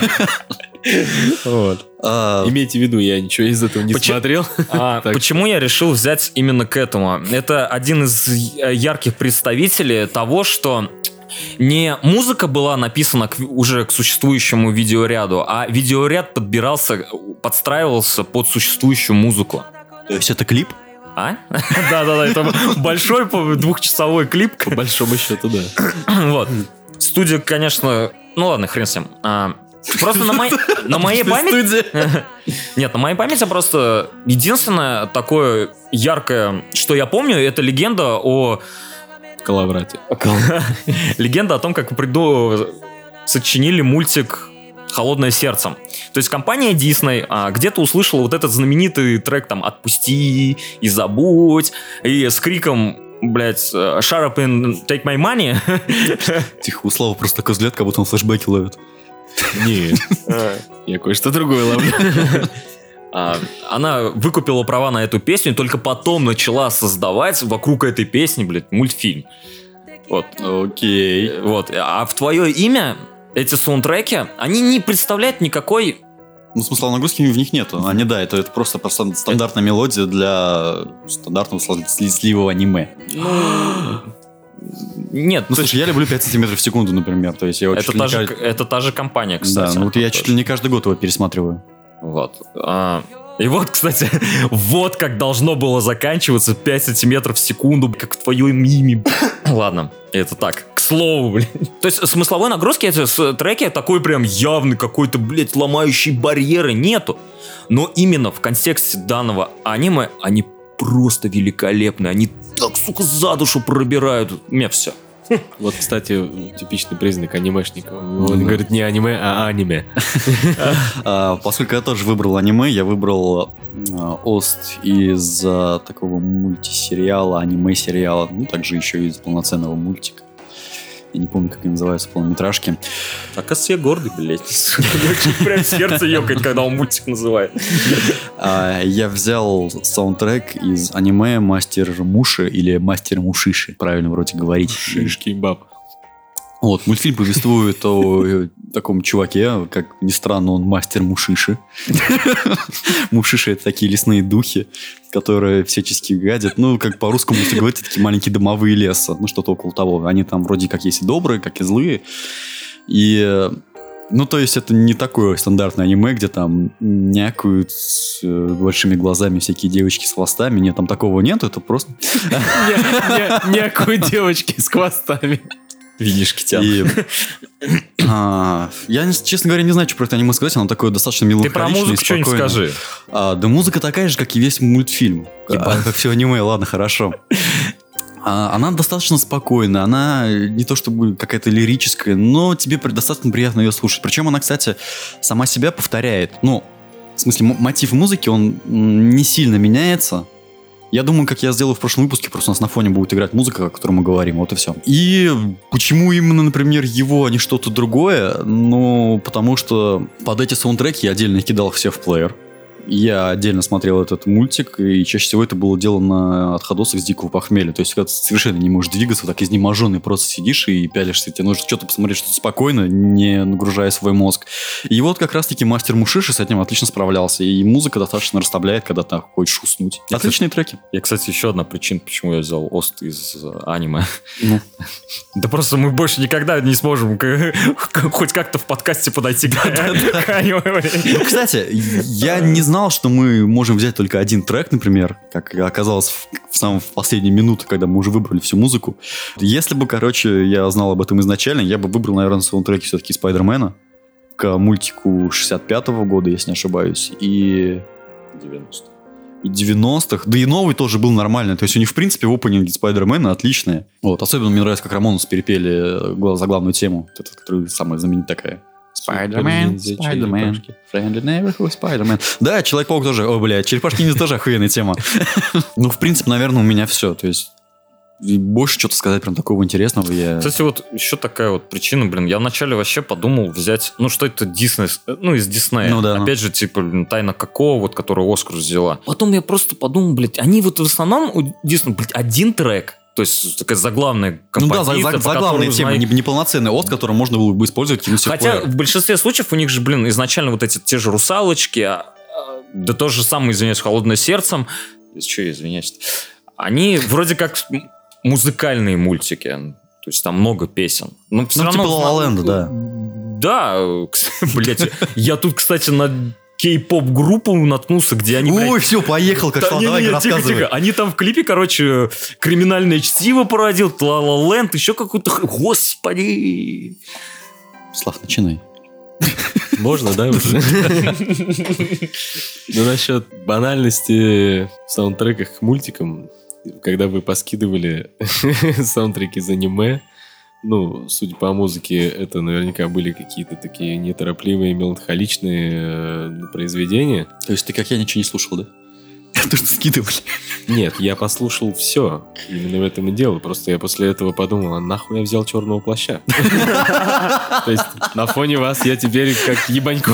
вот. Имейте в виду, я ничего из этого не смотрел. Почему я решил взять именно к этому? Это один из ярких представителей того, что не музыка была написана уже к существующему видеоряду, а видеоряд подстраивался под существующую музыку. То есть это клип? Да, это большой 2-часовой клип. По большому счету, да. Вот. Студия, конечно... ладно, хрен с ним. Просто на моей памяти... Нет, на моей памяти просто единственное такое яркое, что я помню, это легенда о... Коловрате. Легенда о том, как сочинили мультик «Холодное сердце». То есть компания Disney где-то услышала вот этот знаменитый трек там «Отпусти» и «Забудь», и с криком, shut up and take my money. Тихо, у Славы просто такой взгляд, как будто он флешбеки ловит. Нет, я кое-что другое ловлю. Она выкупила права на эту песню, и только потом начала создавать вокруг этой песни, мультфильм. Вот. Окей. Вот. А в «Твое имя» эти саундтреки, они не представляют никакой... смысла нагрузки в них нету. Это просто стандартная мелодия для стандартного слезливого аниме. Нет. Слушай, я люблю 5 сантиметров в секунду, например. То есть я это та же компания, кстати. Да, я чуть ли не каждый год его пересматриваю. Вот. И вот, кстати, вот как должно было заканчиваться 5 сантиметров в секунду, как в твоем миме. Ладно, это так, к слову, блин. То есть смысловой нагрузки эти треки такой прям явный какой-то, блядь, ломающий барьеры нету. Но именно в контексте данного аниме они просто великолепны. Они так, сука, за душу пробирают. У меня все. Вот, кстати, типичный признак анимешника. Он говорит не аниме, а аниме. Поскольку я тоже выбрал аниме, я выбрал Ост из такого мультисериала, аниме-сериала, ну, также еще из полноценного мультика. Я не помню, как они называются, полнометражки. Оказывается, я гордый, блядь. Прям сердце ёкает, когда он мультик называет. Я взял саундтрек из аниме «Мастер Муши» или «Мастер Мушиши», правильно вроде говорить. Шишки баб. Вот, мультфильм повествует о таком чуваке, как ни странно, он мастер Мушиши. Мушиши — это такие лесные духи, которые всячески гадят. Ну, как по-русскому, если говорить, такие маленькие домовые леса. Ну, что-то около того. Они там вроде как есть и добрые, как и злые. И... Ну, то есть, это не такое стандартное аниме, где там някают с большими глазами всякие девочки с хвостами. Нет, там такого нет, это просто... Някают девочки с хвостами. Видишь, тянут. Я, честно говоря, не знаю, что про это аниме сказать. Оно такое достаточно меланхоличное. Ты про музыку что-нибудь скажи. Да музыка такая же, как и весь мультфильм. Как все аниме, ладно, хорошо. Она достаточно спокойная. Она не то чтобы какая-то лирическая, но тебе достаточно приятно ее слушать. Причем она, кстати, сама себя повторяет. Ну, в смысле, мотив музыки, он не сильно меняется. Я думаю, как я сделал в прошлом выпуске, просто у нас на фоне будет играть музыка, о которой мы говорим, вот и все. И почему именно, например, его, а не что-то другое? Ну, потому что под эти саундтреки я отдельно кидал все в плеер. Я отдельно смотрел этот мультик, и чаще всего это было делано от ходосов с дикого похмелья. То есть, когда ты совершенно не можешь двигаться, так изнеможенный просто сидишь и пялишься. Тебе нужно что-то посмотреть, что-то спокойно, не нагружая свой мозг. И вот как раз-таки мастер Мушиши с этим отлично справлялся. И музыка достаточно расслабляет, когда ты хочешь уснуть. Отличные треки. Я, кстати, еще одна причина, почему я взял Ост из аниме. Да просто мы больше никогда не сможем хоть как-то в подкасте подойти к аниме. Ну, кстати, я не знал, что мы можем взять только один трек, например, как оказалось в последние минуты, когда мы уже выбрали всю музыку. Если бы, короче, я знал об этом изначально, я бы выбрал, наверное, саундтреки все-таки Спайдермена к мультику 65-го года, если не ошибаюсь, и 90-х. И 90-х, да и новый тоже был нормальный. То есть у них, в принципе, опенинги Спайдермена отличные. Вот, особенно мне нравится, как Рамонус перепели заглавную тему, которая самая знаменитая такая. Spider-Man, Friendly Neighborhood, Spider-Man. Да, Человек-паук тоже. О, блядь, Черепашки-ниндзя тоже охуенная тема. Ну, в принципе, наверное, у меня все. То есть, больше что-то сказать прям такого интересного я... Кстати, вот еще такая вот причина, блин. Я вначале вообще подумал взять... Ну, что это Дисней... Ну, из Диснея. Ну, да, опять же, типа, «Тайна Коко», вот, которую Оскар взяла. Потом я просто подумал, блядь, они вот в основном у Диснея, блядь, один трек. То есть такая заглавная композиция. Ну да, заглавная тема, неполноценный Ост, который можно было бы использовать. Хотя в большинстве случаев у них же, блин, изначально вот эти те же «Русалочки», да то же самое, извиняюсь, «Холодное сердцем». Что я извиняюсь? Они вроде как музыкальные мультики. То есть там много песен. Но все равно... типа «Ла Ла Ленда», да. Да, блядь. Я тут, кстати, на... кей-поп-группу наткнулся, где они... Ой, все, поехал, как шла, давай рассказывай. Тихо. Они там в клипе, короче, «Криминальное чтиво» породил, «Ла Ла Ленд», еще какую-то... Господи! Слав, начинай. Можно, да, уже? Ну, насчет банальности в саундтреках к мультикам, когда вы поскидывали саундтреки из аниме, ну, судя по музыке, это наверняка были какие-то такие неторопливые, меланхоличные произведения. То есть ты, как я, ничего не слушал, да? То, что скидывали. Нет, я послушал все. Именно в этом и дело. Просто я после этого подумал, а нахуй я взял «Черного плаща»? То есть на фоне вас я теперь как ебанько.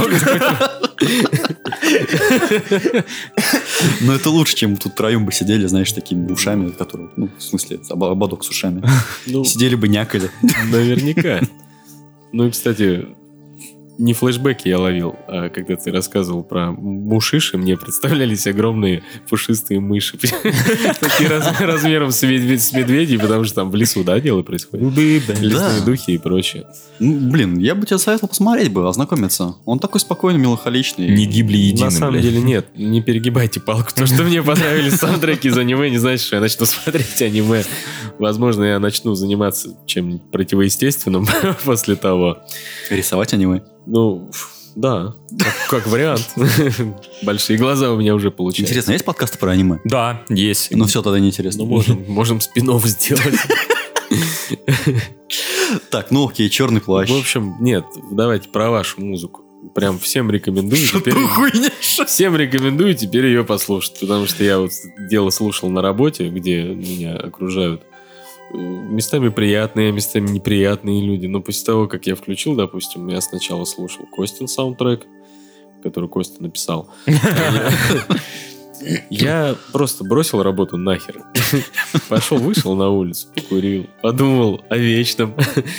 Но это лучше, чем тут втроем бы сидели, знаешь, такими ушами, которые, ну, в смысле, ободок с ушами. Сидели бы, някали. Наверняка. Ну и, кстати, не флешбеки я ловил, а когда ты рассказывал про мушиши, мне представлялись огромные пушистые мыши. Такие размером с медведей, потому что там в лесу, да, дело происходит? Лесные духи и прочее. Блин, я бы тебе советовал посмотреть бы, ознакомиться. Он такой спокойный, меланхоличный. Не гибли единым, На самом деле нет, не перегибайте палку. То, что мне понравились саундтреки из аниме, не значит, что я начну смотреть аниме. Возможно, я начну заниматься чем-нибудь противоестественным после того. Рисовать аниме. Ну, да, как вариант. Большие глаза у меня уже получаются. Интересно, есть подкасты про аниме? Да, есть. Ну все, тогда неинтересно. Ну, можем спин-офф сделать. Так, ну окей, черный плащ. В общем, нет, давайте про вашу музыку. Прям всем рекомендую. Всем рекомендую теперь ее послушать. Потому что я вот дело слушал на работе, где меня окружают местами приятные, местами неприятные люди. Но после того, как я включил, допустим, я сначала слушал Костин саундтрек, который Костя написал. Я просто бросил работу нахер. Пошел, вышел на улицу, покурил, подумал о вечном.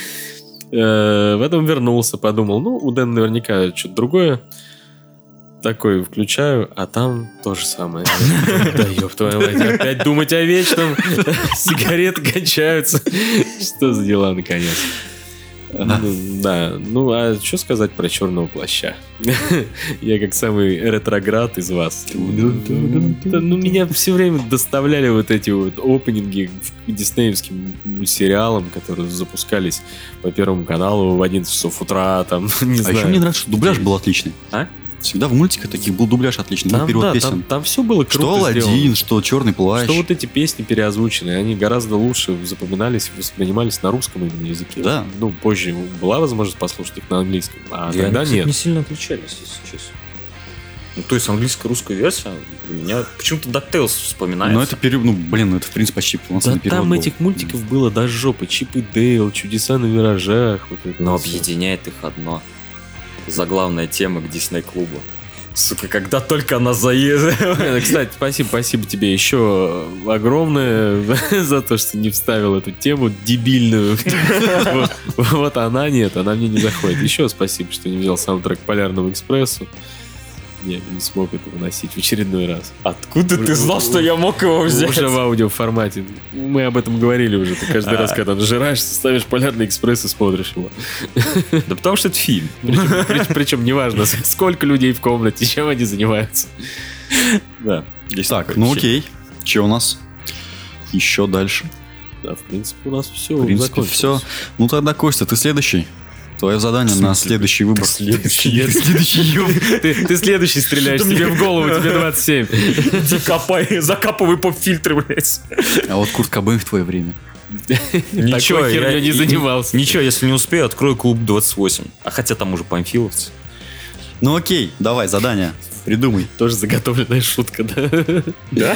Потом вернулся, подумал, ну, у Дэна наверняка что-то другое. Такой включаю, а там то же самое. Да ёб твою мать, опять думать о вечном. Сигареты кончаются. Что за дела, наконец? Да, ну а что сказать про черного плаща? Я как самый ретроград из вас. Ну, меня все время доставляли вот эти вот опенинги к диснеевским сериалам, которые запускались по Первому каналу в 11 часов утра, там, не знаю. А еще мне нравится, что дубляж был отличный. А? Всегда в мультиках таких был дубляж отличный. Там, перевод да, песен. там все было круто Что Аладдин, сделано. что Черный плащ. Что вот эти песни переозвученные, они гораздо лучше запоминались, воспринимались на русском именно языке. Да. Ну, позже была возможность послушать их на английском, а тогда Они нет. не сильно отличались, если честно. Ну, то есть английская русская версия, у меня почему-то DuckTales вспоминается. Но это ну, блин, это в принципе почти полноценный Да перевод там был. этих мультиков было до жопы. Чип и Дейл, Чудеса на виражах. Вот это Но вот всё. объединяет их одно. Заглавная тема к Дисней-клубу. Сука, когда только она заедет. Кстати, спасибо тебе еще огромное за то, что не вставил эту тему дебильную. Вот она нет, она мне не заходит. Еще спасибо, что не взял саундтрек Полярному экспрессу. Я не смог это выносить в очередной раз. Откуда ты знал, что я мог его взять? Уже в аудиоформате. Мы об этом говорили уже. Ты каждый раз, когда нажираешься, ставишь Полярный экспресс и смотришь его. Да потому что это фильм. Причем неважно, сколько людей в комнате, чем они занимаются. Да. Так, ну окей. Че у нас? Еще дальше. Да, в принципе, у нас все В принципе, все. Ну тогда, Костя, ты следующий. Твое задание на следующий выбор. Следующий. Ты следующий стреляешь себе в голову, тебе 27. Иди копай, закапывай поп-фильтры, блядь. А вот Курт Кобейн в твое время. Ничего, Такой херней не занимался. Ничего, если не успею, открою клуб 28. А хотя там уже памфиловцы. Ну окей, давай, задание. Придумай. Тоже заготовленная шутка, да? Да?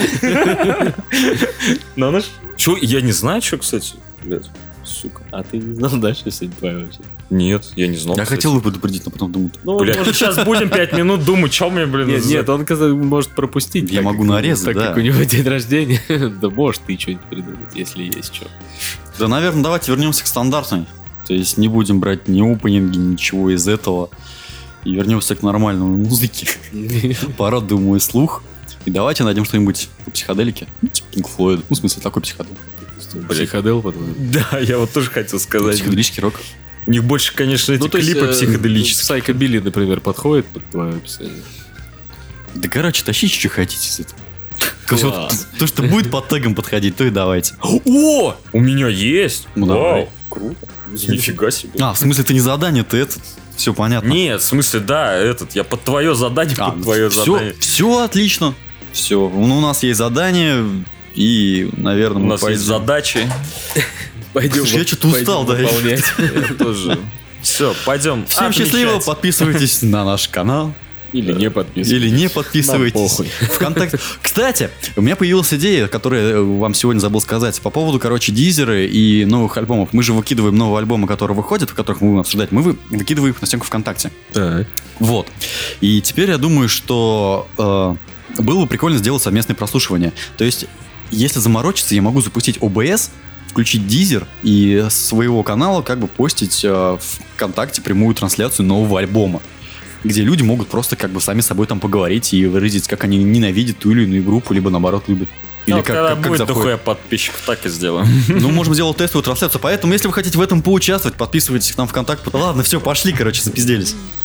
На наш? Че, я не знаю, что, кстати. Блядь, сука. А ты не знал дальше сегодня твоя вообще? Нет, я не знал. Я кстати. хотел бы предупредить, но потом думаю, Ну, Блядь, может, сейчас будем 5 минут думать, что мне, блин, Нет, он может пропустить. Я так могу как- нарезать, так да. как у него день рождения. Да может ты что-нибудь придумать, если есть что. да, наверное, давайте вернемся к стандартной. То есть не будем брать ни опенинги, ничего из этого. И вернемся к нормальной музыке. Порадуем мой слух. И давайте найдем что-нибудь по психоделике. Ну, типа Pink Floyd. Ну, в смысле, такой психодел. Психодел, по-твоему? Да, я вот тоже хотел сказать. Психоделический рок. У них больше, конечно, эти Ну, то есть, клипы психоделические. Сайко Билли, например, подходит под твое описание. Да, короче, тащите, что хотите из этого. То есть вот Класс. то, что будет под тегом подходить, то и давайте. О! У меня есть! Ну, давай. Вау, круто. Нифига себе. А, в смысле, это не задание, ты это. Все понятно. Нет, в смысле, да, я под твое задание, под твое задание. Все отлично. Все. Ну, у нас есть задание. И, наверное, У мы нас есть пойдем. задачи. Пойдем. Слушай, я что-то устал, да. выполнять. Я тоже. Все, пойдем. Всем счастливо, подписывайтесь на наш канал. Или не подписывайтесь. Или не Нам подписывайтесь. похуй. ВКонтакте. Кстати, у меня появилась идея, которую я вам сегодня забыл сказать. По поводу, короче, дизеры и новых альбомов. Мы же выкидываем новые альбомы, которые выходят, в которых мы будем обсуждать. Мы выкидываем их на стенку ВКонтакте. Так. Вот. И теперь я думаю, что было бы прикольно сделать совместное прослушивание. То есть, если заморочиться, я могу запустить OBS включить Deezer и с своего канала как бы постить в ВКонтакте прямую трансляцию нового альбома, где люди могут просто как бы сами с собой там поговорить и выразить, как они ненавидят ту или иную группу, либо наоборот любят. Или Вот когда будет заходит. дохуя подписчиков, так и сделаем. Ну, можем сделать тестовую трансляцию. Поэтому, если вы хотите в этом поучаствовать, подписывайтесь к нам в ВКонтакте. Ладно, все, пошли, короче, запизделись.